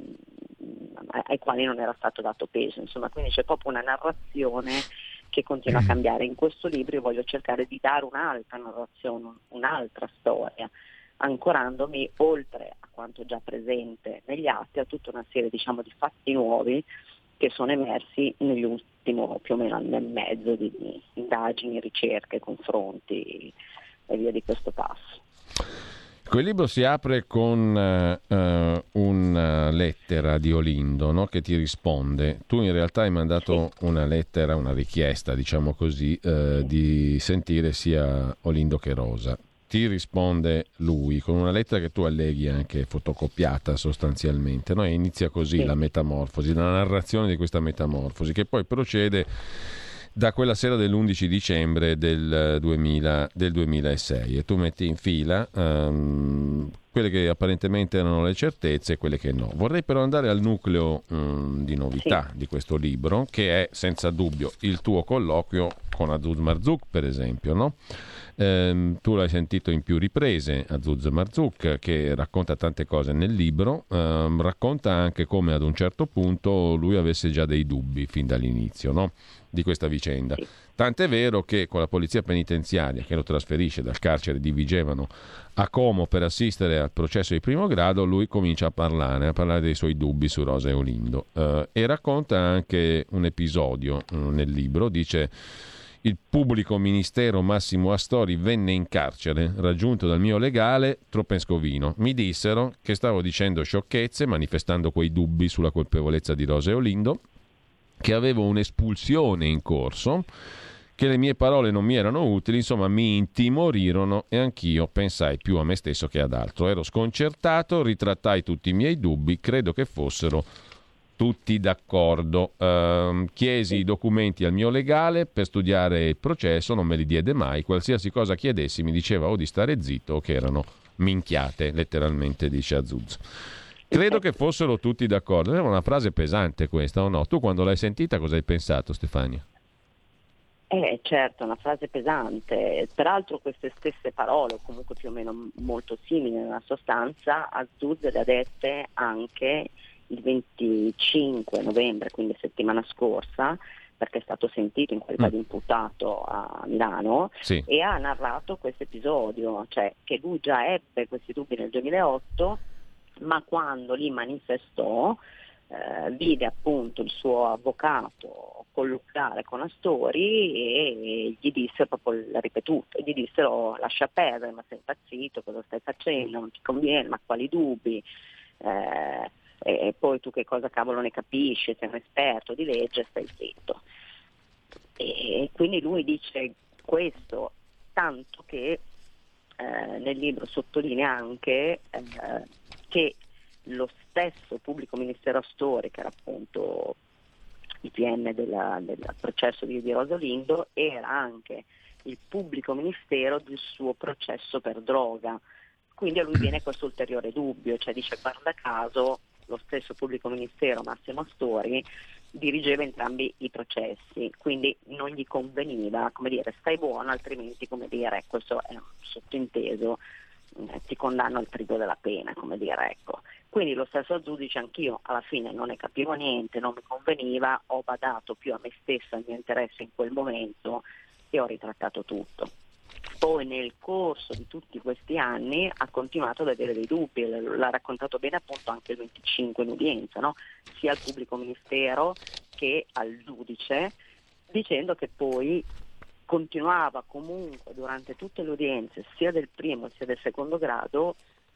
E: ai quali non era stato dato peso, insomma, quindi c'è proprio una narrazione che continua a cambiare. In questo libro io voglio cercare di dare un'altra narrazione, un'altra storia, ancorandomi oltre a quanto già presente negli atti a tutta una serie, diciamo, di fatti nuovi che sono emersi negli ultimi più o meno anno e mezzo di, di indagini, ricerche, confronti e via di questo passo.
B: Quel libro si apre con uh, una lettera di Olindo, no? Che ti risponde. Tu in realtà hai mandato sì. una lettera, una richiesta, diciamo così, uh, di sentire sia Olindo che Rosa. Ti risponde lui con una lettera che tu alleghi anche fotocopiata sostanzialmente, no? E inizia così sì. la metamorfosi, la narrazione di questa metamorfosi, che poi procede da quella sera dell'undici dicembre del, duemila, del duemilasei, e tu metti in fila um, quelle che apparentemente erano le certezze e quelle che no. Vorrei però andare al nucleo um, di novità sì. di questo libro, che è senza dubbio il tuo colloquio con Azouz Marzouk, per esempio, no? Um, tu l'hai sentito in più riprese, Azouz Marzouk, che racconta tante cose nel libro, um, racconta anche come ad un certo punto lui avesse già dei dubbi fin dall'inizio, no? Di questa vicenda. Sì. Tant'è vero che con la polizia penitenziaria che lo trasferisce dal carcere di Vigevano a Como per assistere al processo di primo grado, lui comincia a parlare, a parlare dei suoi dubbi su Rosa e Olindo, uh, e racconta anche un episodio uh, nel libro. Dice: il pubblico ministero Massimo Astori venne in carcere, raggiunto dal mio legale Tropenscovino. Mi dissero che stavo dicendo sciocchezze, manifestando quei dubbi sulla colpevolezza di Rosa e Olindo, che avevo un'espulsione in corso, che le mie parole non mi erano utili, insomma mi intimorirono e anch'io pensai più a me stesso che ad altro. Ero sconcertato, ritrattai tutti i miei dubbi, credo che fossero tutti d'accordo. Uh, chiesi i documenti al mio legale per studiare il processo, non me li diede mai, qualsiasi cosa chiedessi mi diceva o di stare zitto o che erano minchiate, letteralmente, dice Azouz. Credo che fossero tutti d'accordo. Era una frase pesante questa, o no? Tu quando l'hai sentita cosa hai pensato, Stefania?
E: Eh, certo, una frase pesante. Peraltro queste stesse parole, o comunque più o meno molto simili nella sostanza, Azouz le ha dette anche il venticinque novembre, quindi settimana scorsa, perché è stato sentito in qualità mm. di imputato a Milano, sì. e ha narrato questo episodio, cioè che lui già ebbe questi dubbi nel duemilaotto, ma quando li manifestò eh, vide appunto il suo avvocato colloquiare con Astori e gli disse proprio il ripetuto, gli dissero: lascia perdere, ma sei impazzito, cosa stai facendo, non ti conviene, ma quali dubbi, eh, e poi tu che cosa cavolo ne capisci, sei un esperto di legge, stai zitto. E quindi lui dice questo, tanto che eh, nel libro sottolinea anche eh, che lo stesso pubblico ministero Astori, che era appunto il P M della, del processo di, di Rosa e Olindo, era anche il pubblico ministero del suo processo per droga. Quindi a lui viene questo ulteriore dubbio, cioè dice: guarda caso, lo stesso pubblico ministero Massimo Astori dirigeva entrambi i processi, quindi non gli conveniva, come dire, stai buono, altrimenti, come dire, questo è un sottinteso, eh, ti condanno al triplo della pena, come dire, ecco. Quindi lo stesso Azouz dice: anch'io alla fine non ne capivo niente, non mi conveniva, ho badato più a me stessa, al mio interesse in quel momento, e ho ritrattato tutto. Poi nel corso di tutti questi anni ha continuato ad avere dei dubbi, l'ha raccontato bene appunto anche il venticinque in udienza, no? Sia al pubblico ministero che al giudice, dicendo che poi continuava comunque durante tutte le udienze, sia del primo sia del secondo grado,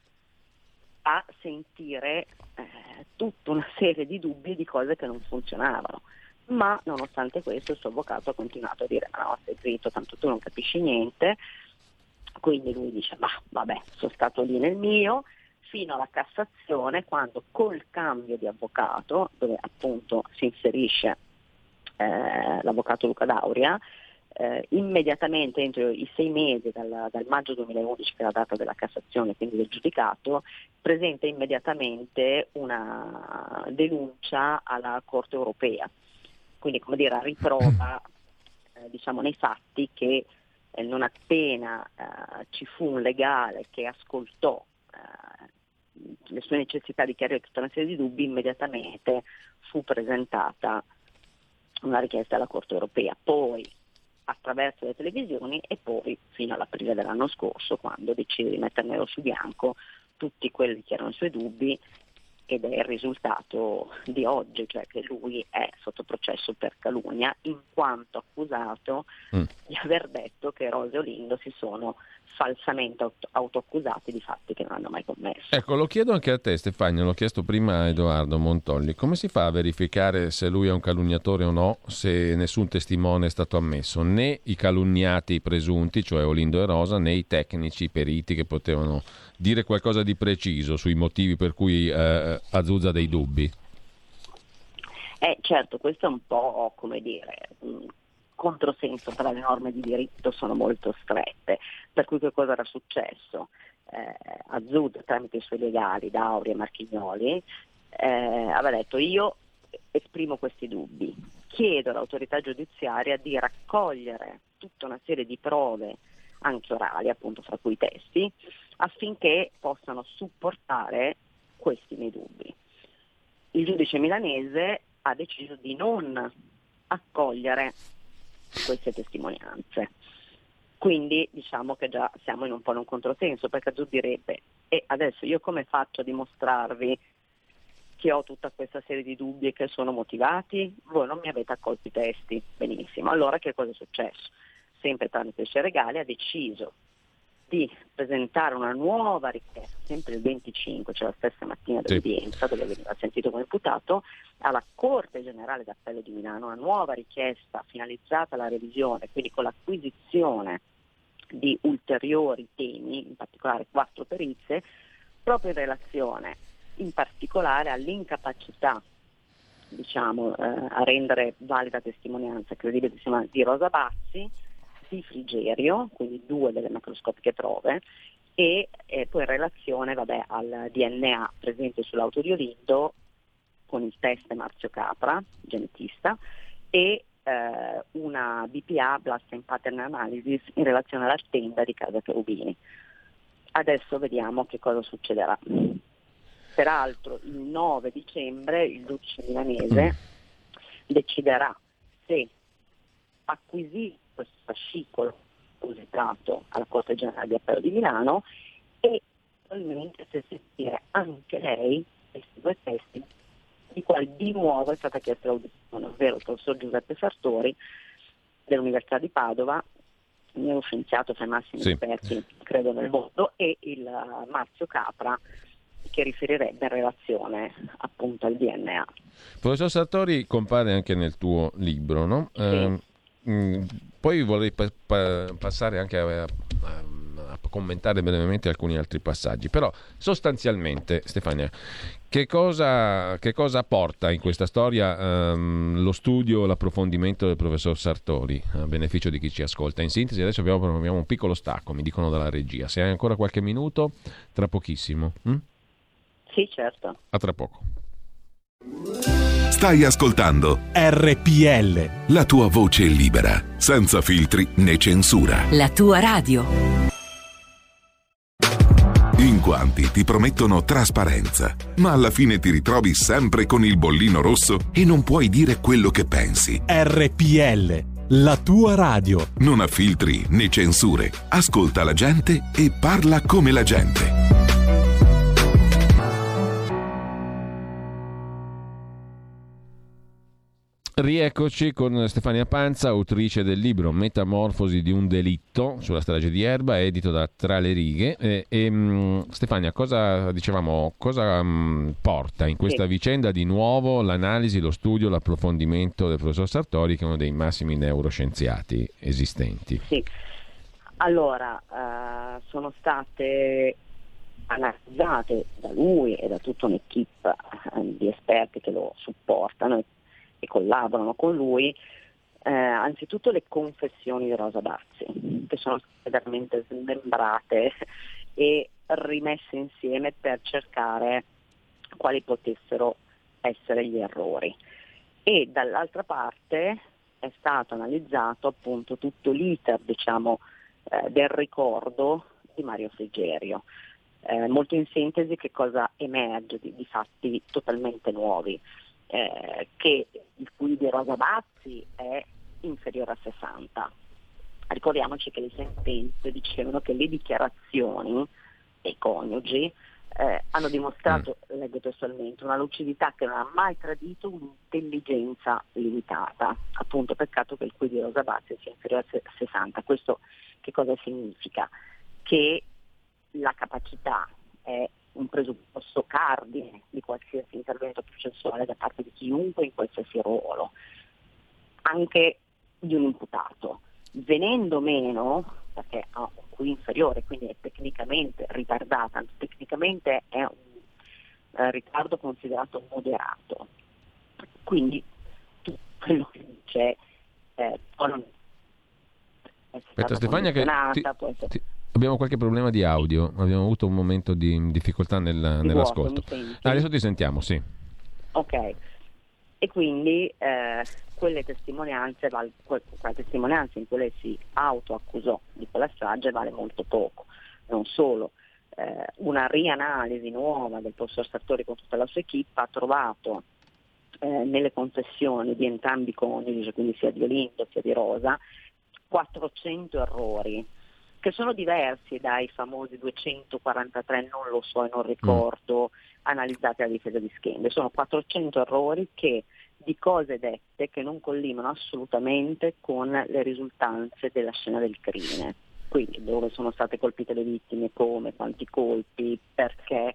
E: a sentire eh, tutta una serie di dubbi di cose che non funzionavano. Ma nonostante questo il suo avvocato ha continuato a dire: no, stai zitto, tanto tu non capisci niente. Quindi lui dice: ma vabbè, sono stato lì nel mio, fino alla Cassazione, quando col cambio di avvocato, dove appunto si inserisce eh, l'avvocato Luca D'Auria, eh, immediatamente entro i sei mesi dal, dal maggio duemilaundici, che è la data della Cassazione, quindi del giudicato, presenta immediatamente una denuncia alla Corte europea, quindi come dire a riprova eh, diciamo nei fatti che eh, non appena eh, ci fu un legale che ascoltò eh, le sue necessità di chiarire tutta una serie di dubbi, immediatamente fu presentata una richiesta alla Corte europea, poi attraverso le televisioni e poi fino all'aprile dell'anno scorso, quando decide di mettere nero su bianco tutti quelli che erano i suoi dubbi, ed è il risultato di oggi, cioè che lui è sotto processo per calunnia in quanto accusato mm. di aver detto che Rose e Olindo si sono falsamente auto- autoaccusati di fatti che non hanno mai commesso.
B: Ecco, lo chiedo anche a te Stefania, l'ho chiesto prima a Edoardo Montolli, come si fa a verificare se lui è un calunniatore o no se nessun testimone è stato ammesso, né i calunniati presunti, cioè Olindo e Rosa, né i tecnici, i periti che potevano dire qualcosa di preciso sui motivi per cui eh, azzuzza dei dubbi?
E: Eh, certo, questo è un po' come dire un controsenso, tra le norme di diritto sono molto strette, per cui che cosa era successo? Eh, Azzuzza tramite i suoi legali, Dauri e Marchignoli, eh, aveva detto io esprimo questi dubbi, chiedo all'autorità giudiziaria di raccogliere tutta una serie di prove anche orali, appunto fra cui i testi, affinché possano supportare questi miei dubbi. Il giudice milanese ha deciso di non accogliere queste testimonianze. Quindi diciamo che già siamo in un po' in un controsenso, perché Azzurro direbbe e adesso io come faccio a dimostrarvi che ho tutta questa serie di dubbi e che sono motivati? Voi non mi avete accolto i testi. Benissimo, allora che cosa è successo? Sempre tramite i suoi regali ha deciso di presentare una nuova richiesta, sempre il venticinque, cioè la stessa mattina dell'udienza, dove veniva sentito come imputato, alla Corte Generale d'Appello di Milano, una nuova richiesta finalizzata alla revisione, quindi con l'acquisizione di ulteriori temi, in particolare quattro perizie, proprio in relazione in particolare all'incapacità diciamo, eh, a rendere valida testimonianza credibile di Rosa Bazzi, di Frigerio, quindi due delle macroscopiche prove, e eh, poi in relazione vabbè, al D N A presente sull'auto di Olindo con il test Marzio Capra, genetista, e eh, una B P A, Blood and Pattern Analysis, in relazione alla tenda di casa Cherubini. Adesso vediamo che cosa succederà. Peraltro il nove dicembre il giudice milanese deciderà se acquisire questo fascicolo depositato alla Corte Generale di Appello di Milano e probabilmente se sentire anche lei questi due testi di quali di nuovo è stata chiesta l'audizione, ovvero il professor Giuseppe Sartori dell'Università di Padova, uno scienziato fra i massimi
B: sì.
E: esperti credo nel mondo, e il uh, Marzio Capra, che riferirebbe in relazione appunto al D N A.
B: Professor Sartori compare anche nel tuo libro, no?
E: Sì.
B: Eh, mh, poi vorrei pa- pa- passare anche a, a, a commentare brevemente alcuni altri passaggi, però sostanzialmente Stefania, che cosa, che cosa porta in questa storia ehm, lo studio, l'approfondimento del professor Sartori a beneficio di chi ci ascolta? In sintesi adesso abbiamo, abbiamo un piccolo stacco, mi dicono dalla regia, se hai ancora qualche minuto, tra pochissimo. Hm?
E: Sì, certo.
B: A tra poco.
F: Stai ascoltando
A: R P L,
F: la tua voce libera, senza filtri né censura.
D: La tua radio.
F: In quanti ti promettono trasparenza, ma alla fine ti ritrovi sempre con il bollino rosso e non puoi dire quello che pensi.
A: R P L, la tua radio.
F: Non ha filtri né censure. Ascolta la gente e parla come la gente.
B: Rieccoci con Stefania Panza, autrice del libro Metamorfosi di un delitto sulla strage di Erba, edito da Tra le righe. E, e, mh, Stefania, cosa dicevamo, cosa mh, porta in questa
E: sì. vicenda
B: di nuovo l'analisi, lo studio, l'approfondimento del professor Sartori, che è uno dei massimi neuroscienziati esistenti?
E: Sì, allora uh, sono state analizzate da lui e da tutta un'equipe uh, di esperti che lo supportano e collaborano con lui Eh, anzitutto le confessioni di Rosa Bazzi, che sono state veramente smembrate e rimesse insieme per cercare quali potessero essere gli errori. E dall'altra parte è stato analizzato appunto tutto l'iter, diciamo, eh, del ricordo di Mario Frigerio. Eh, molto in sintesi che cosa emerge di, di fatti totalmente nuovi, eh, che il Q I di Rosa Bazzi è inferiore a sessanta. Ricordiamoci che le sentenze dicevano che le dichiarazioni dei coniugi eh, hanno dimostrato, mm. leggo testualmente, una lucidità che non ha mai tradito un'intelligenza limitata. Appunto, peccato che il Q I di Rosa Bazzi sia inferiore a sessanta. Questo che cosa significa? Che la capacità è un presupposto cardine di qualsiasi intervento processuale da parte di chiunque in qualsiasi ruolo, anche di un imputato. Venendo meno, perché ha un Q I inferiore, quindi è tecnicamente ritardata, tecnicamente è un eh, ritardo considerato moderato. Quindi tutto quello che dice eh, può non essere
B: Aspetta Stefania, che ti,
E: può essere...
B: ti, abbiamo qualche problema di audio, abbiamo avuto un momento di difficoltà nel,
E: di
B: nell'ascolto.
E: Vuoto,
B: ah, adesso ti sentiamo, sì.
E: Ok, e quindi eh, quelle testimonianze, val, quella testimonianza in cui lei si autoaccusò di quella strage vale molto poco. Non solo, eh, una rianalisi nuova del professor Sartori con tutta la sua equipe ha trovato eh, nelle confessioni di entrambi i coniugi, quindi sia di Olindo sia di Rosa, quattrocento errori, che sono diversi dai famosi duecentoquarantatré, non lo so e non ricordo, mm. analizzati alla difesa di Schende. Sono quattrocento errori che di cose dette che non collimano assolutamente con le risultanze della scena del crimine. Quindi dove sono state colpite le vittime, come, quanti colpi, perché,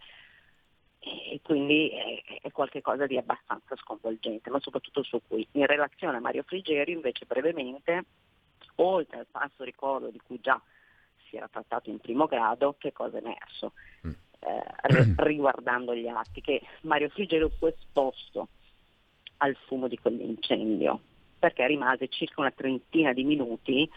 E: e quindi è, è qualcosa di abbastanza sconvolgente, ma soprattutto su cui. In relazione a Mario Frigerio invece brevemente, oltre al falso ricordo di cui già si era trattato in primo grado, che cosa è emerso? Mm. Eh, riguardando gli atti, che Mario Frigerio fu esposto al fumo di quell'incendio, perché rimase circa una trentina di minuti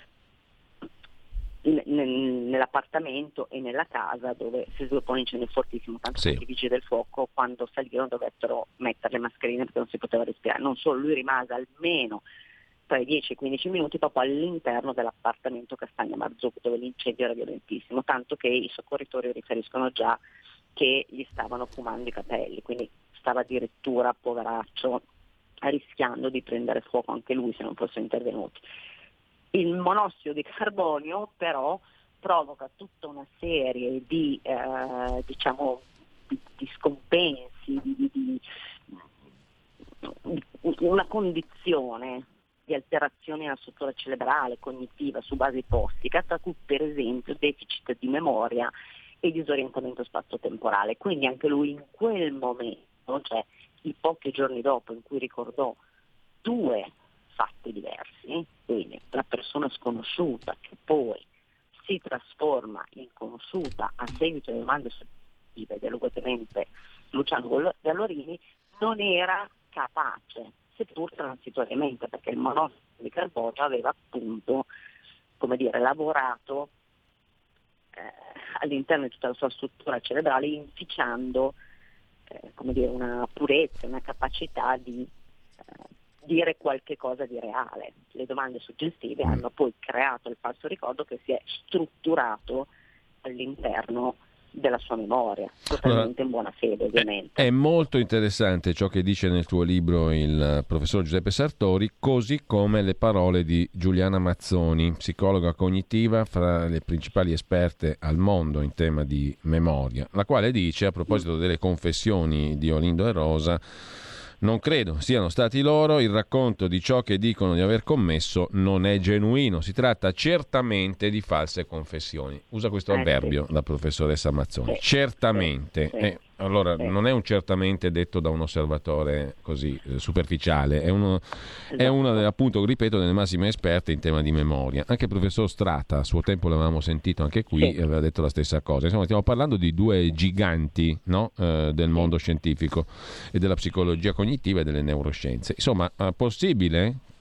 E: nell'appartamento e nella casa dove si sviluppò un incendio fortissimo, tanto sì. che i vigili del fuoco quando salirono dovettero mettere le mascherine perché non si poteva respirare. Non solo, lui rimase almeno tra i dieci e i quindici minuti proprio all'interno dell'appartamento Castagna Marzocco, dove l'incendio era violentissimo, tanto che i soccorritori riferiscono già che gli stavano fumando i capelli, quindi stava addirittura, poveraccio, rischiando di prendere fuoco anche lui se non fossero intervenuti. Il monossido di carbonio però provoca tutta una serie di eh, diciamo di, di scompensi, di, di, di, una condizione di alterazioni nella struttura cerebrale, cognitiva, su base ipostica, tra cui per esempio deficit di memoria e disorientamento spazio-temporale. Quindi anche lui in quel momento, cioè i pochi giorni dopo in cui ricordò due fatti diversi, quindi la persona sconosciuta che poi si trasforma in conosciuta a seguito delle domande soggettive dell'ugualmente Luciano Gallorini, non era capace, seppur transitoriamente, perché il monossido di carbonio aveva appunto, come dire, lavorato eh, all'interno di tutta la sua struttura cerebrale, inficiando eh, come dire, una purezza, una capacità di eh, dire qualche cosa di reale. Le domande suggestive hanno poi creato il falso ricordo che si è strutturato all'interno della sua memoria, totalmente allora, in buona fede ovviamente.
B: È, è molto interessante ciò che dice nel tuo libro il professor Giuseppe Sartori, così come le parole di Giuliana Mazzoni, psicologa cognitiva fra le principali esperte al mondo in tema di memoria, la quale dice a proposito delle confessioni di Olindo e Rosa: non credo siano stati loro, il racconto di ciò che dicono di aver commesso non è genuino, si tratta certamente di false confessioni. Usa questo eh, avverbio sì. la professoressa Mazzoni, sì. certamente. Sì. Eh, allora sì. non è un certamente detto da un osservatore così eh, superficiale, è, uno, esatto. è una, appunto, ripeto, delle massime esperte in tema di memoria. Anche il professor Strata, a suo tempo l'avevamo sentito anche qui, sì. aveva detto la stessa cosa. Insomma, stiamo parlando di due giganti, no? eh, del mondo scientifico e della psicologia cognitiva e delle neuroscienze. Insomma, è possibile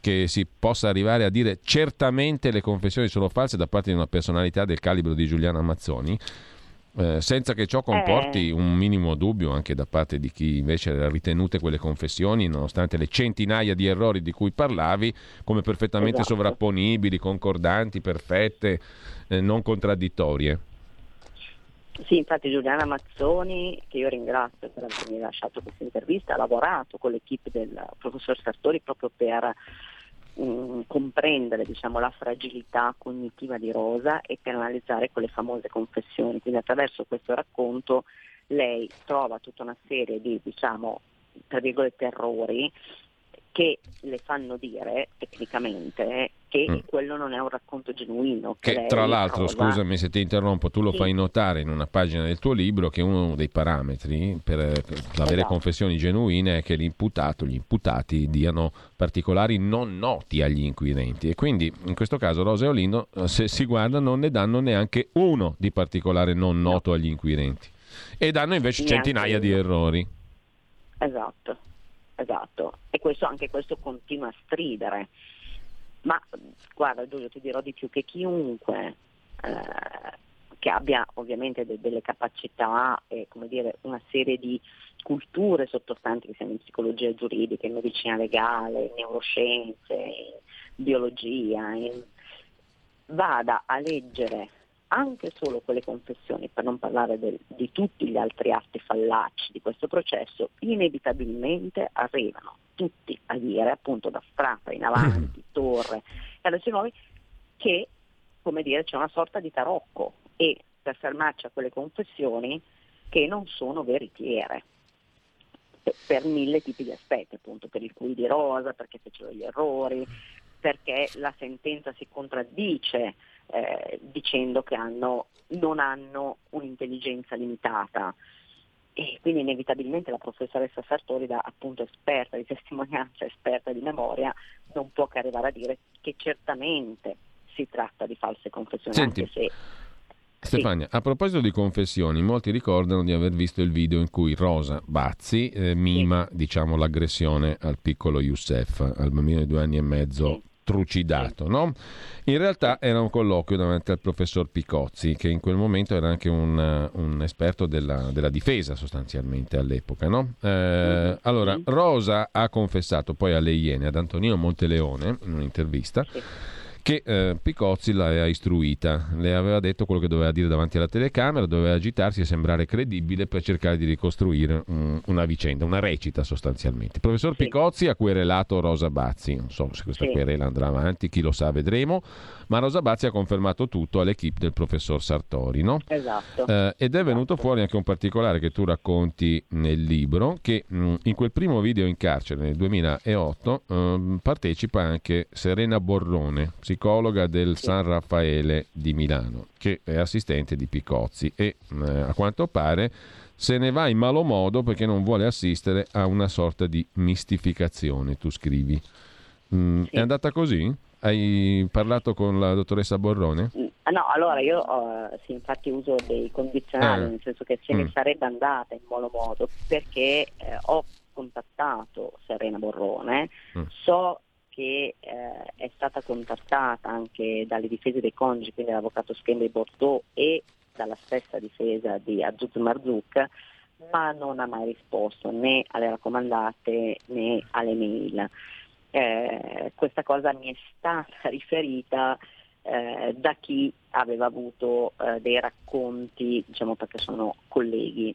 B: che si possa arrivare a dire certamente le confessioni sono false da parte di una personalità del calibro di Giuliana Mazzoni, eh, senza che ciò comporti
E: Eh.
B: un minimo dubbio anche da parte di chi invece ha ritenute quelle confessioni, nonostante le centinaia di errori di cui parlavi, come perfettamente
E: Esatto.
B: sovrapponibili, concordanti, perfette, eh, non contraddittorie.
E: Sì, infatti Giuliana Mazzoni, che io ringrazio per avermi lasciato questa intervista, ha lavorato con l'equipe del professor Sartori proprio per mh, comprendere, diciamo, la fragilità cognitiva di Rosa e per analizzare quelle famose confessioni. Quindi attraverso questo racconto lei trova tutta una serie di, diciamo, tra virgolette errori che le fanno dire tecnicamente che
B: Mm.
E: quello non è un racconto genuino.
B: Che
E: lei,
B: tra l'altro,
E: Rosa,
B: scusami se ti interrompo, tu lo
E: Sì.
B: fai notare in una pagina del tuo libro che uno dei parametri per eh, avere
E: Esatto.
B: confessioni genuine è che l'imputato, gli imputati diano particolari non noti agli inquirenti, e quindi in questo caso Rosa e Olindo, eh, se si guarda, non ne danno neanche uno di particolare non noto agli inquirenti e danno invece
E: Neanche
B: centinaia di
E: uno.
B: errori.
E: Esatto, esatto. E questo, anche questo continua a stridere. Ma guarda Giulio, ti dirò di più, che chiunque eh, che abbia ovviamente de- delle capacità e, come dire, una serie di culture sottostanti, che siano in psicologia giuridica, in medicina legale, in neuroscienze, in biologia, in... vada a leggere anche solo quelle confessioni, per non parlare del, di tutti gli altri atti fallaci di questo processo, inevitabilmente arrivano tutti a dire, appunto da Strata in avanti, Torre e adesso i nuovi, che, come dire, c'è una sorta di tarocco, e per fermarci a quelle confessioni che non sono veritiere per, per mille tipi di aspetti, appunto per il cui di Rosa, perché fecero gli errori, perché la sentenza si contraddice eh, dicendo che hanno, non hanno un'intelligenza limitata. E quindi inevitabilmente la professoressa Sartori, da appunto esperta di testimonianza, esperta di memoria, non può che arrivare a dire che certamente si tratta di false confessioni.
B: Senti,
E: anche se
B: Stefania, a proposito di confessioni, molti ricordano di aver visto il video in cui Rosa Bazzi eh, mima, diciamo, l'aggressione al piccolo Youssef, al bambino di due anni e mezzo
E: Sì.
B: trucidato, no? In realtà era un colloquio davanti al professor Picozzi, che in quel momento era anche un, un esperto della, della difesa sostanzialmente all'epoca, no? Eh, allora, Rosa ha confessato poi alle Iene, ad Antonino Monteleone, in un'intervista,
E: Sì.
B: che eh, Picozzi l'aveva istruita, le aveva detto quello che doveva dire davanti alla telecamera, doveva agitarsi e sembrare credibile per cercare di ricostruire um, una vicenda, una recita sostanzialmente. Il professor
E: Sì.
B: Picozzi ha querelato Rosa Bazzi, non so se questa
E: Sì.
B: querela andrà avanti, chi lo sa, vedremo, ma Rosa Bazzi ha confermato tutto all'equipe del professor Sartori, no?
E: Esatto.
B: Eh, ed è venuto fuori anche un particolare che tu racconti nel libro, che mh, in quel primo video in carcere nel duemilaotto ehm, partecipa anche Serena Borrone, psicologa del San Raffaele di Milano, che è assistente di Picozzi e eh, a quanto pare se ne va in malo modo perché non vuole assistere a una sorta di mistificazione, tu scrivi. Mm,
E: Sì.
B: È andata così? Hai parlato con la dottoressa Borrone?
E: No, allora io eh, sì, infatti uso dei condizionali,
B: Ah.
E: nel senso che se ne
B: Mm.
E: sarebbe andata in malo modo, perché eh, ho contattato Serena Borrone,
B: Mm.
E: so che eh, è stata contattata anche dalle difese dei coniugi, quindi dall'avvocato Schembe Bordeaux e dalla stessa difesa di Azouz Marzouk, ma non ha mai risposto né alle raccomandate né alle mail. Eh, questa cosa mi è stata riferita eh, da chi aveva avuto eh, dei racconti, diciamo perché sono colleghi,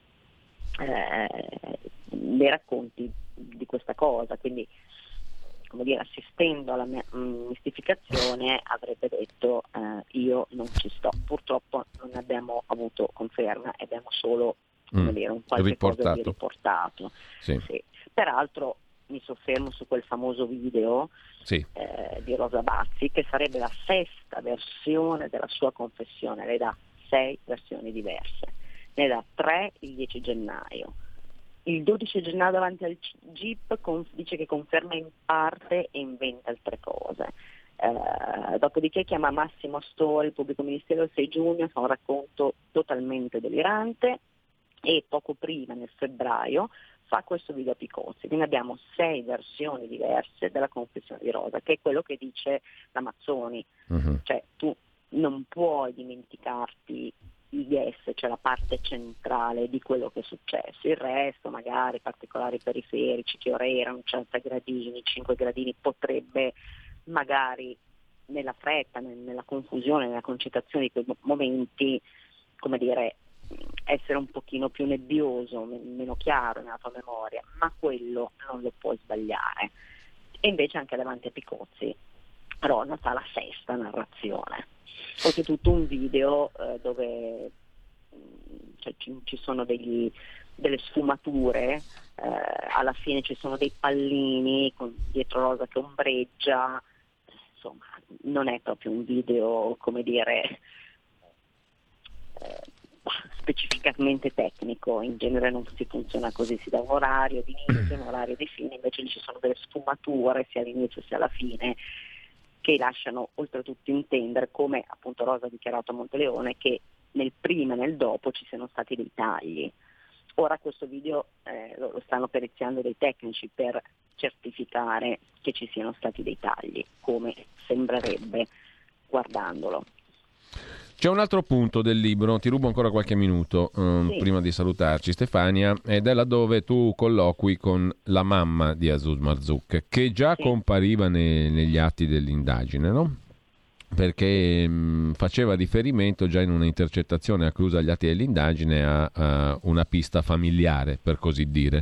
E: eh, dei racconti di questa cosa, quindi, come dire, assistendo alla mia mh, mistificazione avrebbe detto eh, io non ci sto. Purtroppo non abbiamo avuto conferma e abbiamo solo, come
B: Mm.
E: dire, un qualche
B: Riportato.
E: cosa di riportato.
B: Sì.
E: Sì. Peraltro mi soffermo su quel famoso video
B: Sì.
E: eh, di Rosa Bazzi, che sarebbe la sesta versione della sua confessione. Lei dà sei versioni diverse, ne dà tre il dieci gennaio, il dodici gennaio davanti al G I P con, dice che conferma in parte e inventa altre cose. Eh, dopodiché chiama Massimo Astori, il pubblico ministero, il sei giugno, fa un racconto totalmente delirante, e poco prima, nel febbraio, fa questo video a Picozzi, quindi abbiamo sei versioni diverse della confessione di Rosa, che è quello che dice la Mazzoni, uh-huh. Cioè tu non puoi dimenticarti i guess, cioè la parte centrale di quello che è successo, il resto magari particolari periferici, che ora erano cento gradini, cinque gradini, potrebbe magari nella fretta, nella confusione, nella concitazione di quei momenti, come dire, essere un pochino più nebbioso, meno chiaro nella tua memoria, ma quello non lo puoi sbagliare. E invece anche davanti a Picozzi Rosa fa la sesta narrazione. Oltretutto un video eh, dove cioè, ci, ci sono degli, delle sfumature, eh, alla fine ci sono dei pallini con dietro Rosa che ombreggia, insomma non è proprio un video, come dire, eh, specificamente tecnico, in genere non si funziona così, si dà un orario di inizio, un orario di fine, invece ci sono delle sfumature sia all'inizio sia alla fine che lasciano oltretutto intendere, come appunto Rosa ha dichiarato a Monteleone, che nel prima e nel dopo ci siano stati dei tagli. Ora questo video eh, lo stanno periziando dei tecnici per certificare che ci siano stati dei tagli, come sembrerebbe guardandolo.
B: C'è un altro punto del libro, ti rubo ancora qualche minuto um, sì. prima di salutarci Stefania, ed è laddove tu colloqui con la mamma di Azouz Marzouk, che già sì. compariva ne, negli atti dell'indagine, no? Perché mh, faceva riferimento già in una intercettazione acclusa agli atti dell'indagine a, a una pista familiare, per così dire.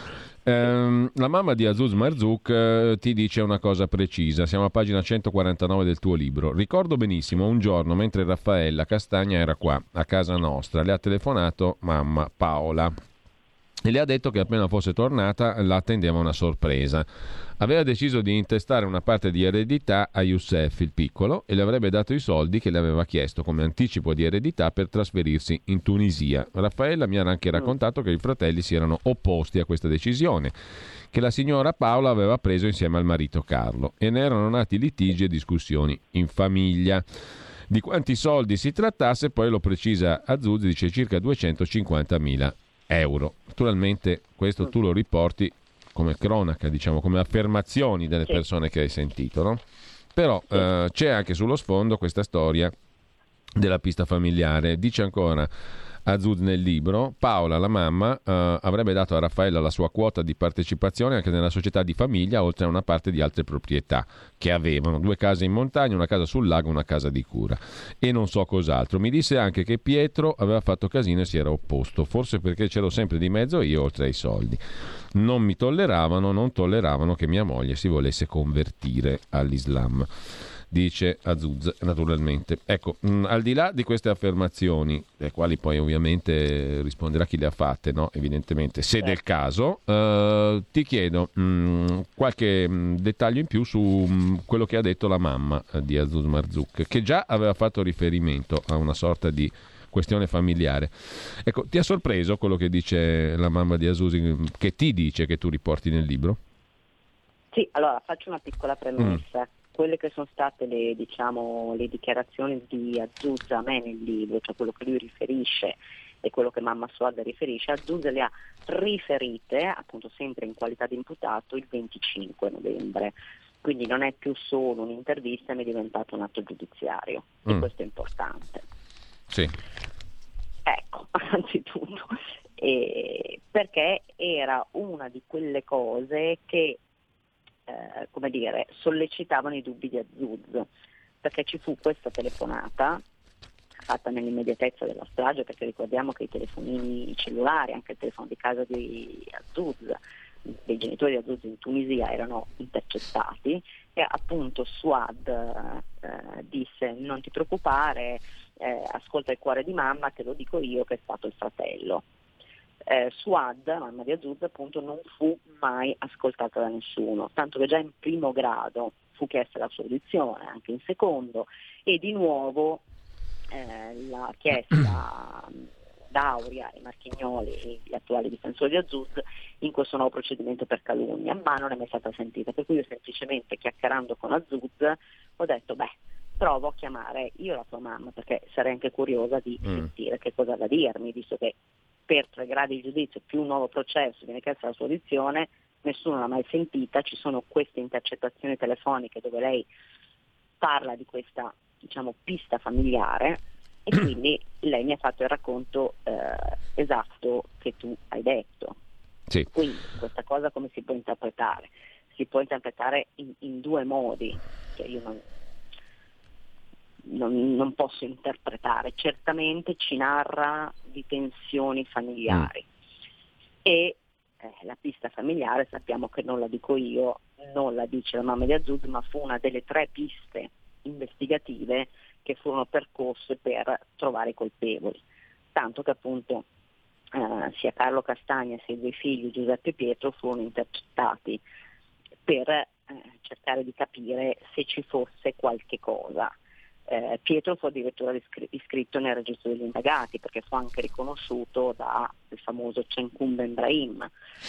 B: Um, la mamma di Azouz Marzouk uh, ti dice una cosa precisa, siamo a pagina centoquarantanove del tuo libro. Ricordo benissimo un giorno mentre Raffaella Castagna era qua a casa nostra, le ha telefonato mamma Paola e le ha detto che appena fosse tornata la attendeva una sorpresa. Aveva deciso di intestare una parte di eredità a Youssef, il piccolo, e le avrebbe dato i soldi che le aveva chiesto come anticipo di eredità per trasferirsi in Tunisia. Raffaella mi ha anche raccontato che i fratelli si erano opposti a questa decisione, che la signora Paola aveva preso insieme al marito Carlo, e ne erano nati litigi e discussioni in famiglia. Di quanti soldi si trattasse poi lo precisa Azouz, dice circa duecentocinquantamila euro. Naturalmente questo tu lo riporti come cronaca, diciamo, come affermazioni delle persone che hai sentito, no? Però eh, c'è anche sullo sfondo questa storia della pista familiare. Dice ancora Azouz nel libro, Paola, la mamma, eh, avrebbe dato a Raffaella la sua quota di partecipazione anche nella società di famiglia, oltre a una parte di altre proprietà che avevano, due case in montagna, una casa sul lago, una casa di cura e non so cos'altro. Mi disse anche che Pietro aveva fatto casino e si era opposto, forse perché c'ero sempre di mezzo io oltre ai soldi. Non mi tolleravano, non tolleravano che mia moglie si volesse convertire all'Islam, dice Azouz, naturalmente. Ecco, mh, al di là di queste affermazioni, le quali poi ovviamente risponderà chi le ha fatte, no? Evidentemente, se del caso, uh, ti chiedo mh, qualche mh, dettaglio in più su mh, quello che ha detto la mamma uh, di Azouz Marzouk, che già aveva fatto riferimento a una sorta di questione familiare. Ecco, ti ha sorpreso quello che dice la mamma di Azouz, che ti dice, che tu riporti nel libro?
E: Sì, allora faccio una piccola premessa. Mm. Quelle che sono state le, diciamo, le dichiarazioni di Azouz a me nel libro, cioè quello che lui riferisce e quello che mamma Suad riferisce, Azouz le ha riferite, appunto sempre in qualità di imputato, il venticinque novembre. Quindi non è più solo un'intervista, ma è diventato un atto giudiziario. Mm. E questo è importante.
B: Sì.
E: Ecco, anzitutto, e perché era una di quelle cose che, eh, come dire, sollecitavano i dubbi di Azouz, perché ci fu questa telefonata fatta nell'immediatezza della strage, perché ricordiamo che i telefonini cellulari, anche il telefono di casa di Azouz, dei genitori di Azouz in Tunisia, erano intercettati, e appunto Suad eh, disse: non ti preoccupare, eh, ascolta il cuore di mamma, te lo dico io che è stato il fratello. Eh, Suad, mamma di Azouz, appunto non fu mai ascoltata da nessuno, tanto che già in primo grado fu chiesta la sua audizione, anche in secondo, e di nuovo eh, la chiesta D'Auria e Marchignoli, gli attuali difensori di Azouz, in questo nuovo procedimento per calunnia, ma non è mai stata sentita, per cui io semplicemente, chiacchierando con Azouz, ho detto beh, provo a chiamare io la tua mamma, perché sarei anche curiosa di mm. sentire che cosa ha da dirmi, visto che per tre gradi di giudizio più un nuovo processo viene chiesta la sua audizione, nessuno l'ha mai sentita, ci sono queste intercettazioni telefoniche dove lei parla di questa, diciamo, pista familiare, e quindi lei mi ha fatto il racconto eh, esatto che tu hai detto.
B: Sì.
E: Quindi questa cosa come si può interpretare? Si può interpretare in, in due modi, che io non, non, non posso interpretare. Certamente ci narra di tensioni familiari mm. e eh, la pista familiare sappiamo che non la dico io, non la dice la mamma di Azzuz, ma fu una delle tre piste investigative che furono percorse per trovare i colpevoli, tanto che appunto eh, sia Carlo Castagna sia i due figli Giuseppe e Pietro furono intercettati per eh, cercare di capire se ci fosse qualche cosa. Eh, Pietro fu addirittura iscritto nel registro degli indagati perché fu anche riconosciuto dal famoso Cenkum Ben Brahim,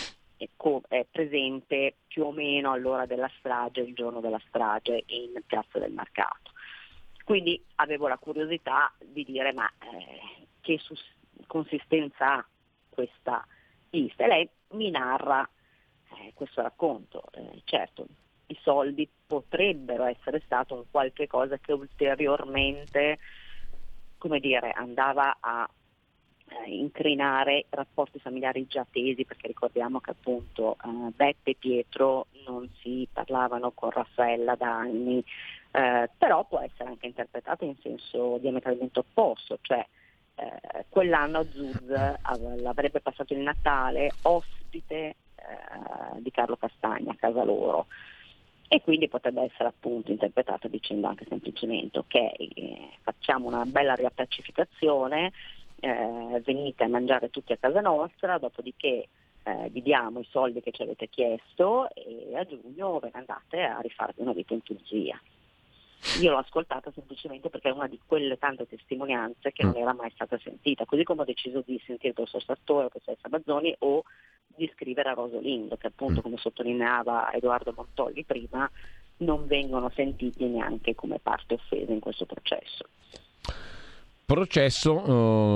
E: è presente più o meno all'ora della strage, il giorno della strage in Piazza del Mercato. Quindi avevo la curiosità di dire ma eh, che sus- consistenza ha questa pista, e lei mi narra eh, questo racconto. Eh, certo, i soldi potrebbero essere stato un qualche cosa che ulteriormente, come dire, andava a eh, incrinare rapporti familiari già tesi, perché ricordiamo che appunto eh, Beppe e Pietro non si parlavano con Raffaella da anni, eh, però può essere anche interpretato in senso diametralmente opposto, cioè eh, quell'anno Azzuz l'avrebbe passato il Natale ospite eh, di Carlo Castagna a casa loro, e quindi potrebbe essere appunto interpretato dicendo anche semplicemente ok, eh, facciamo una bella riappacificazione, eh, venite a mangiare tutti a casa nostra, dopodiché eh, vi diamo i soldi che ci avete chiesto e a giugno ve ne andate a rifarvi una vita in Tunisia. Io l'ho ascoltata semplicemente perché è una di quelle tante testimonianze che non era mai stata sentita, così come ho deciso di sentire il professor Sartori o il professor Sabazzoni o di scrivere a Rosolindo, che appunto, come sottolineava Edoardo Montolli prima, non vengono sentiti neanche come parte offesa in questo processo.
B: Processo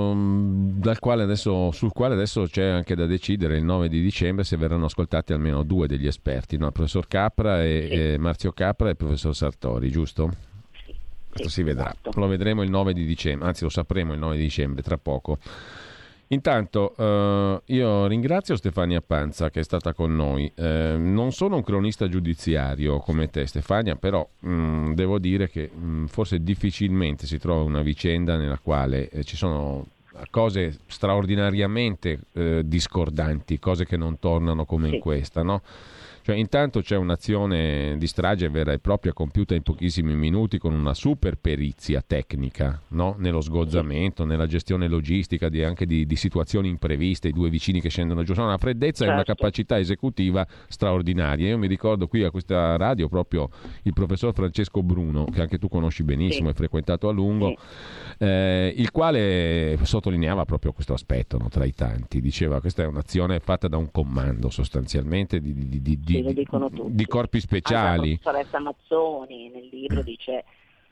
B: um, dal quale adesso, sul quale adesso c'è anche da decidere il nove di dicembre se verranno ascoltati almeno due degli esperti, no? Il professor Capra e, sì. e Marzio Capra e il professor Sartori, giusto?
E: Sì.
B: Questo
E: sì,
B: si vedrà,
E: esatto.
B: Lo vedremo il nove di dicembre, anzi lo sapremo il nove di dicembre, tra poco. Intanto uh, io ringrazio Stefania Panza che è stata con noi. Uh, non sono un cronista giudiziario come te, Stefania, però mh, devo dire che mh, forse difficilmente si trova una vicenda nella quale eh, ci sono cose straordinariamente eh, discordanti, cose che non tornano come sì. in questa, no? Cioè, intanto c'è un'azione di strage vera e propria compiuta in pochissimi minuti con una super perizia tecnica, no? Nello sgozzamento, nella gestione logistica di, anche di, di situazioni impreviste, i due vicini che scendono giù, sono una freddezza certo. e una capacità esecutiva straordinaria. Io mi ricordo qui a questa radio proprio il professor Francesco Bruno, che anche tu conosci benissimo, sì. hai frequentato a lungo, sì. eh, il quale sottolineava proprio questo aspetto, no? Tra i tanti, diceva questa è un'azione fatta da un comando sostanzialmente di, di, di Di,
E: lo dicono tutti.
B: di corpi speciali.
E: Anche la professoressa Mazzoni nel libro dice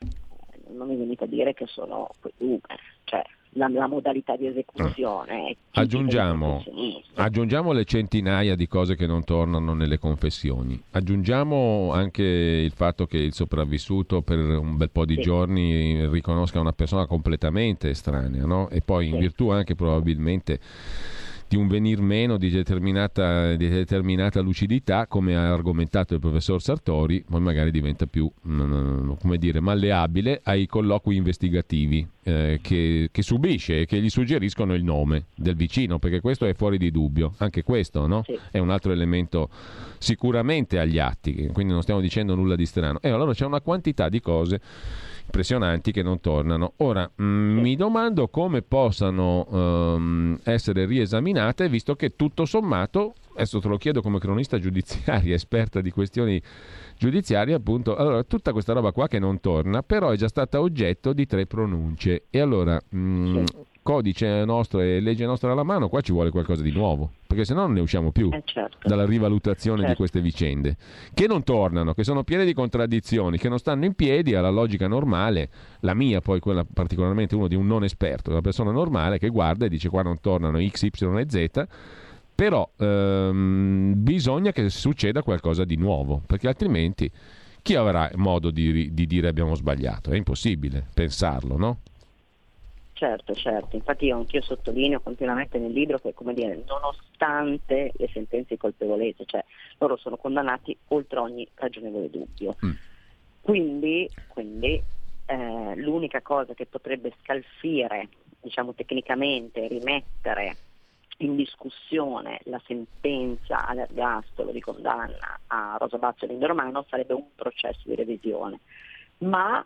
E: non mi venite a dire che sono Uber, cioè la, la modalità di esecuzione.
B: Aggiungiamo, aggiungiamo le centinaia di cose che non tornano nelle confessioni, aggiungiamo anche il fatto che il sopravvissuto per un bel po' di sì. giorni riconosca una persona completamente estranea, no? E poi in sì. virtù anche probabilmente di un venir meno di determinata, di determinata lucidità, come ha argomentato il professor Sartori, poi magari diventa più mh, come dire, malleabile ai colloqui investigativi eh, che, che subisce e che gli suggeriscono il nome del vicino, perché questo è fuori di dubbio, anche questo, no? Sì. È un altro elemento sicuramente agli atti, quindi non stiamo dicendo nulla di strano. E allora c'è una quantità di cose impressionanti che non tornano. Ora mh, mi domando come possano um, essere riesaminate, visto che tutto sommato, adesso te lo chiedo come cronista giudiziaria, esperta di questioni giudiziarie, appunto, allora tutta questa roba qua che non torna, però è già stata oggetto di tre pronunce. E allora mh, sì. codice nostro e legge nostra alla mano, qua ci vuole qualcosa di nuovo, perché se no non ne usciamo più
E: eh certo.
B: dalla rivalutazione
E: certo.
B: di queste vicende, che non tornano, che sono piene di contraddizioni, che non stanno in piedi alla logica normale, la mia poi, quella particolarmente uno di un non esperto, una persona normale che guarda e dice qua non tornano X, Y e Z, però ehm, bisogna che succeda qualcosa di nuovo, perché altrimenti chi avrà modo di, di dire abbiamo sbagliato? È impossibile pensarlo, no?
E: Certo, certo. Infatti io anch'io sottolineo continuamente nel libro che, come dire, nonostante le sentenze di colpevolezza, cioè loro sono condannati oltre ogni ragionevole dubbio. Mm. Quindi, quindi eh, l'unica cosa che potrebbe scalfire, diciamo tecnicamente, rimettere in discussione la sentenza all'ergastolo di condanna a Rosa Bazzo e Lindo Romano sarebbe un processo di revisione, ma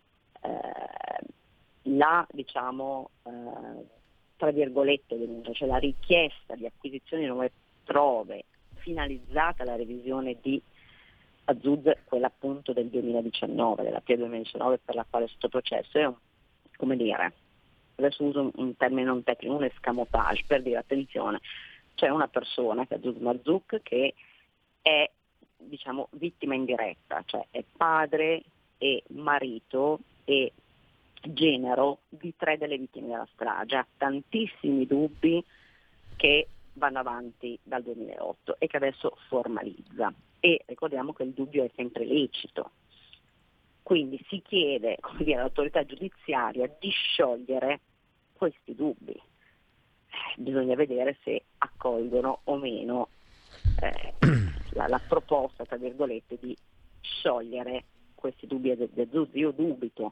E: eh, la diciamo eh, tra virgolette denuncia, cioè la richiesta di acquisizione di nuove prove finalizzata alla revisione di Azzuz, quella appunto del duemiladiciannove, della P E duemiladiciannove per la quale è sotto processo, è un, come dire, adesso uso un termine non tecnico, un escamotage per dire attenzione, c'è una persona che è Azzuz Marzouk che è diciamo vittima indiretta, cioè è padre e marito e genero di tre delle vittime della strage, ha tantissimi dubbi che vanno avanti dal duemilaotto e che adesso formalizza, e ricordiamo che il dubbio è sempre lecito. Quindi si chiede, come dire, all'autorità giudiziaria di sciogliere questi dubbi. Bisogna vedere se accolgono o meno eh, la, la proposta, tra virgolette, di sciogliere questi dubbi di Azzuz. Io dubito.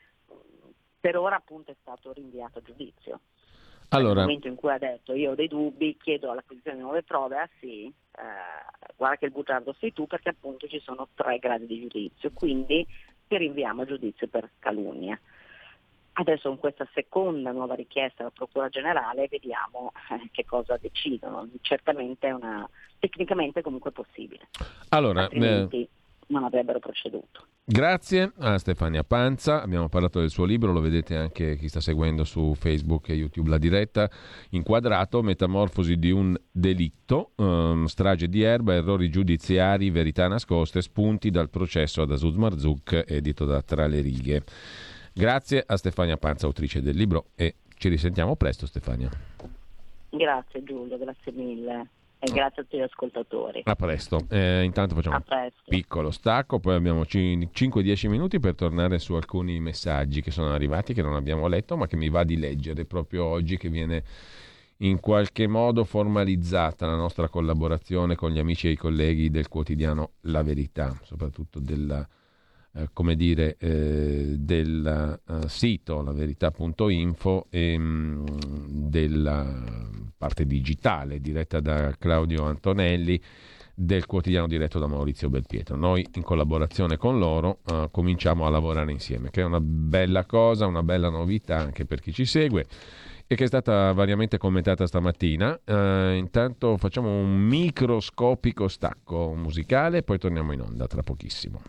E: Per ora appunto è stato rinviato a giudizio.
B: Allora,
E: nel momento in cui ha detto io ho dei dubbi, chiedo l'acquisizione di nuove prove, ah sì, eh, guarda che il bugiardo sei tu, perché appunto ci sono tre gradi di giudizio, quindi ti rinviamo a giudizio per calunnia. Adesso con questa seconda nuova richiesta della Procura Generale vediamo eh, che cosa decidono. Certamente è una, tecnicamente comunque possibile,
B: allora,
E: altrimenti
B: eh...
E: non avrebbero proceduto.
B: Grazie a Stefania Panza, abbiamo parlato del suo libro, lo vedete anche chi sta seguendo su Facebook e YouTube la diretta, inquadrato, Metamorfosi di un delitto, um, strage di Erba, errori giudiziari, verità nascoste, spunti dal processo ad Azzuz Marzouk, edito da Tra le righe. Grazie a Stefania Panza, autrice del libro, e ci risentiamo presto, Stefania.
E: Grazie Giulio, grazie mille. E grazie a tutti gli ascoltatori.
B: A presto. Eh, intanto facciamo un piccolo stacco, poi abbiamo cinque dieci minuti per tornare su alcuni messaggi che sono arrivati, che non abbiamo letto, ma che mi va di leggere proprio oggi, che viene in qualche modo formalizzata la nostra collaborazione con gli amici e i colleghi del quotidiano La Verità, soprattutto della, eh, come dire, eh, del uh, sito laverità punto info e mh, della parte digitale diretta da Claudio Antonelli, del quotidiano diretto da Maurizio Belpietro. Noi in collaborazione con loro uh, cominciamo a lavorare insieme, che è una bella cosa, una bella novità anche per chi ci segue e che è stata variamente commentata stamattina. Uh, intanto facciamo un microscopico stacco musicale e poi torniamo in onda tra pochissimo.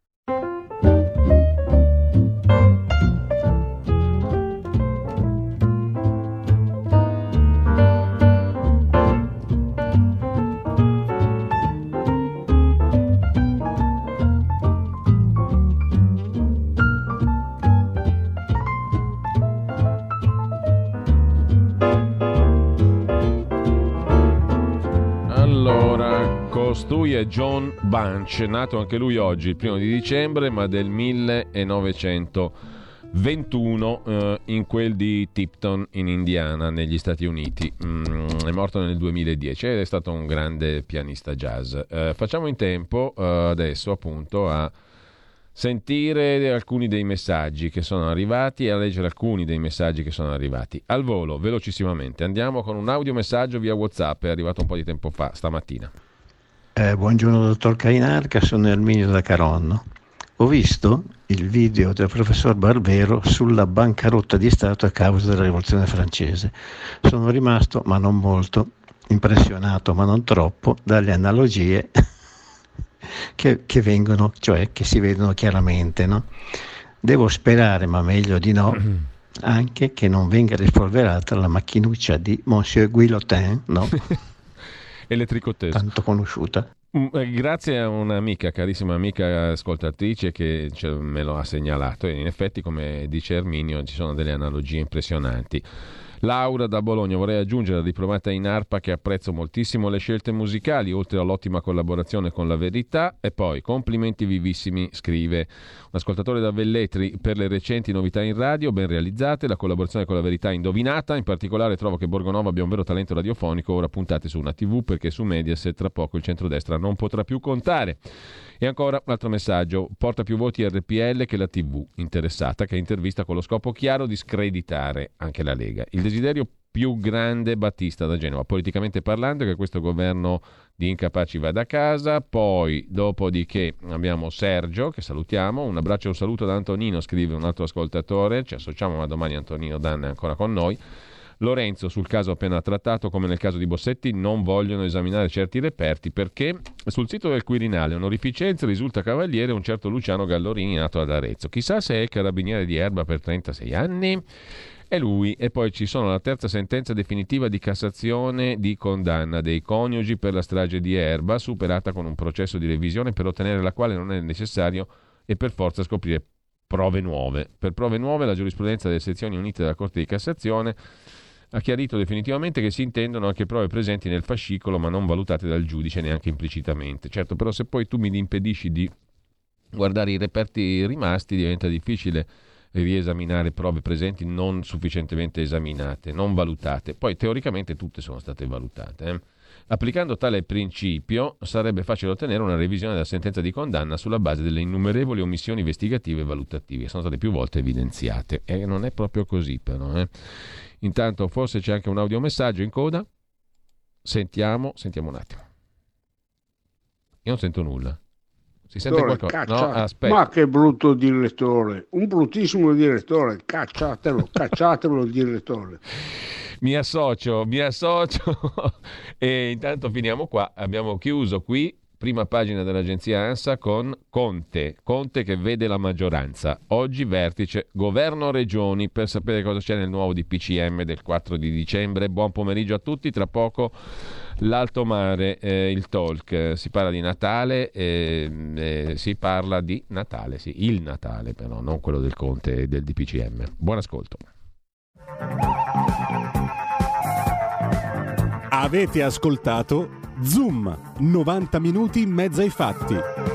B: Costui è John Bunch, nato anche lui oggi, il primo di dicembre, ma del millenovecentoventuno, eh, in quel di Tipton, in Indiana, negli Stati Uniti. Mm, è morto nel duemiladieci ed è stato un grande pianista jazz. Eh, facciamo in tempo eh, adesso appunto a sentire alcuni dei messaggi che sono arrivati e a leggere alcuni dei messaggi che sono arrivati. Al volo, velocissimamente, andiamo con un audiomessaggio via WhatsApp, è arrivato un po' di tempo fa, stamattina.
G: Eh, buongiorno dottor Cainarca, sono Erminio da Caronno. Ho visto il video del professor Barbero sulla bancarotta di Stato a causa della rivoluzione francese. Sono rimasto, ma non molto, impressionato, ma non troppo, dalle analogie che, che vengono, cioè che si vedono chiaramente, no? Devo sperare, ma meglio di no, anche che non venga rispolverata la macchinuccia di Monsieur Guillotin, no?
B: Elettricotteso.
G: Tanto conosciuta.
B: Grazie a un'amica, carissima amica ascoltatrice che me lo ha segnalato, e in effetti, come dice Erminio, ci sono delle analogie impressionanti. Laura da Bologna: vorrei aggiungere la diplomata in arpa che apprezzo moltissimo le scelte musicali, oltre all'ottima collaborazione con La Verità. E poi complimenti vivissimi, scrive un ascoltatore da Velletri, per le recenti novità in radio, ben realizzate, la collaborazione con La Verità indovinata. In particolare trovo che Borgonova abbia un vero talento radiofonico, ora puntate su una tivù, perché su Mediaset tra poco il centrodestra non potrà più contare. E ancora un altro messaggio: porta più voti R P L che la tivù interessata, che intervista con lo scopo chiaro di screditare anche la Lega. Il desiderio più grande, Battista da Genova, politicamente parlando, è che questo governo di incapaci vada a casa. Poi dopodiché abbiamo Sergio, che salutiamo, un abbraccio e un saluto da Antonino, scrive un altro ascoltatore, ci associamo, ma domani Antonino Danna è ancora con noi. Lorenzo: sul caso appena trattato, come nel caso di Bossetti, non vogliono esaminare certi reperti perché sul sito del Quirinale onorificenza risulta cavaliere un certo Luciano Gallorini, nato ad Arezzo. Chissà se è carabiniere di Erba per trentasei anni. È lui. E poi ci sono la terza sentenza definitiva di Cassazione di condanna dei coniugi per la strage di Erba, superata con un processo di revisione per ottenere la quale non è necessario e per forza scoprire prove nuove. Per prove nuove la giurisprudenza delle sezioni unite della Corte di Cassazione ha chiarito definitivamente che si intendono anche prove presenti nel fascicolo ma non valutate dal giudice neanche implicitamente. Certo, però se poi tu mi impedisci di guardare i reperti rimasti, diventa difficile riesaminare prove presenti non sufficientemente esaminate, non valutate. Poi teoricamente tutte sono state valutate. Eh? Applicando tale principio sarebbe facile ottenere una revisione della sentenza di condanna sulla base delle innumerevoli omissioni investigative e valutative che sono state più volte evidenziate. E non è proprio così però. Eh? Intanto forse c'è anche un audiomessaggio in coda. Sentiamo, sentiamo un attimo. Io non sento nulla. Si sente qualcosa? No, aspetta.
H: Ma che brutto direttore, un bruttissimo direttore, cacciatelo, cacciatelo il direttore.
B: Mi associo, mi associo e intanto finiamo qua. Abbiamo chiuso qui, prima pagina dell'agenzia ANSA con Conte, Conte che vede la maggioranza. Oggi vertice Governo-Regioni per sapere cosa c'è nel nuovo D P C M del quattro di dicembre. Buon pomeriggio a tutti, tra poco l'Alto Mare, eh, il talk, si parla di Natale, eh, eh, si parla di Natale, sì, il Natale però, non quello del Conte e del D P C M. Buon ascolto.
A: Avete ascoltato Zoom, novanta minuti in mezzo ai fatti.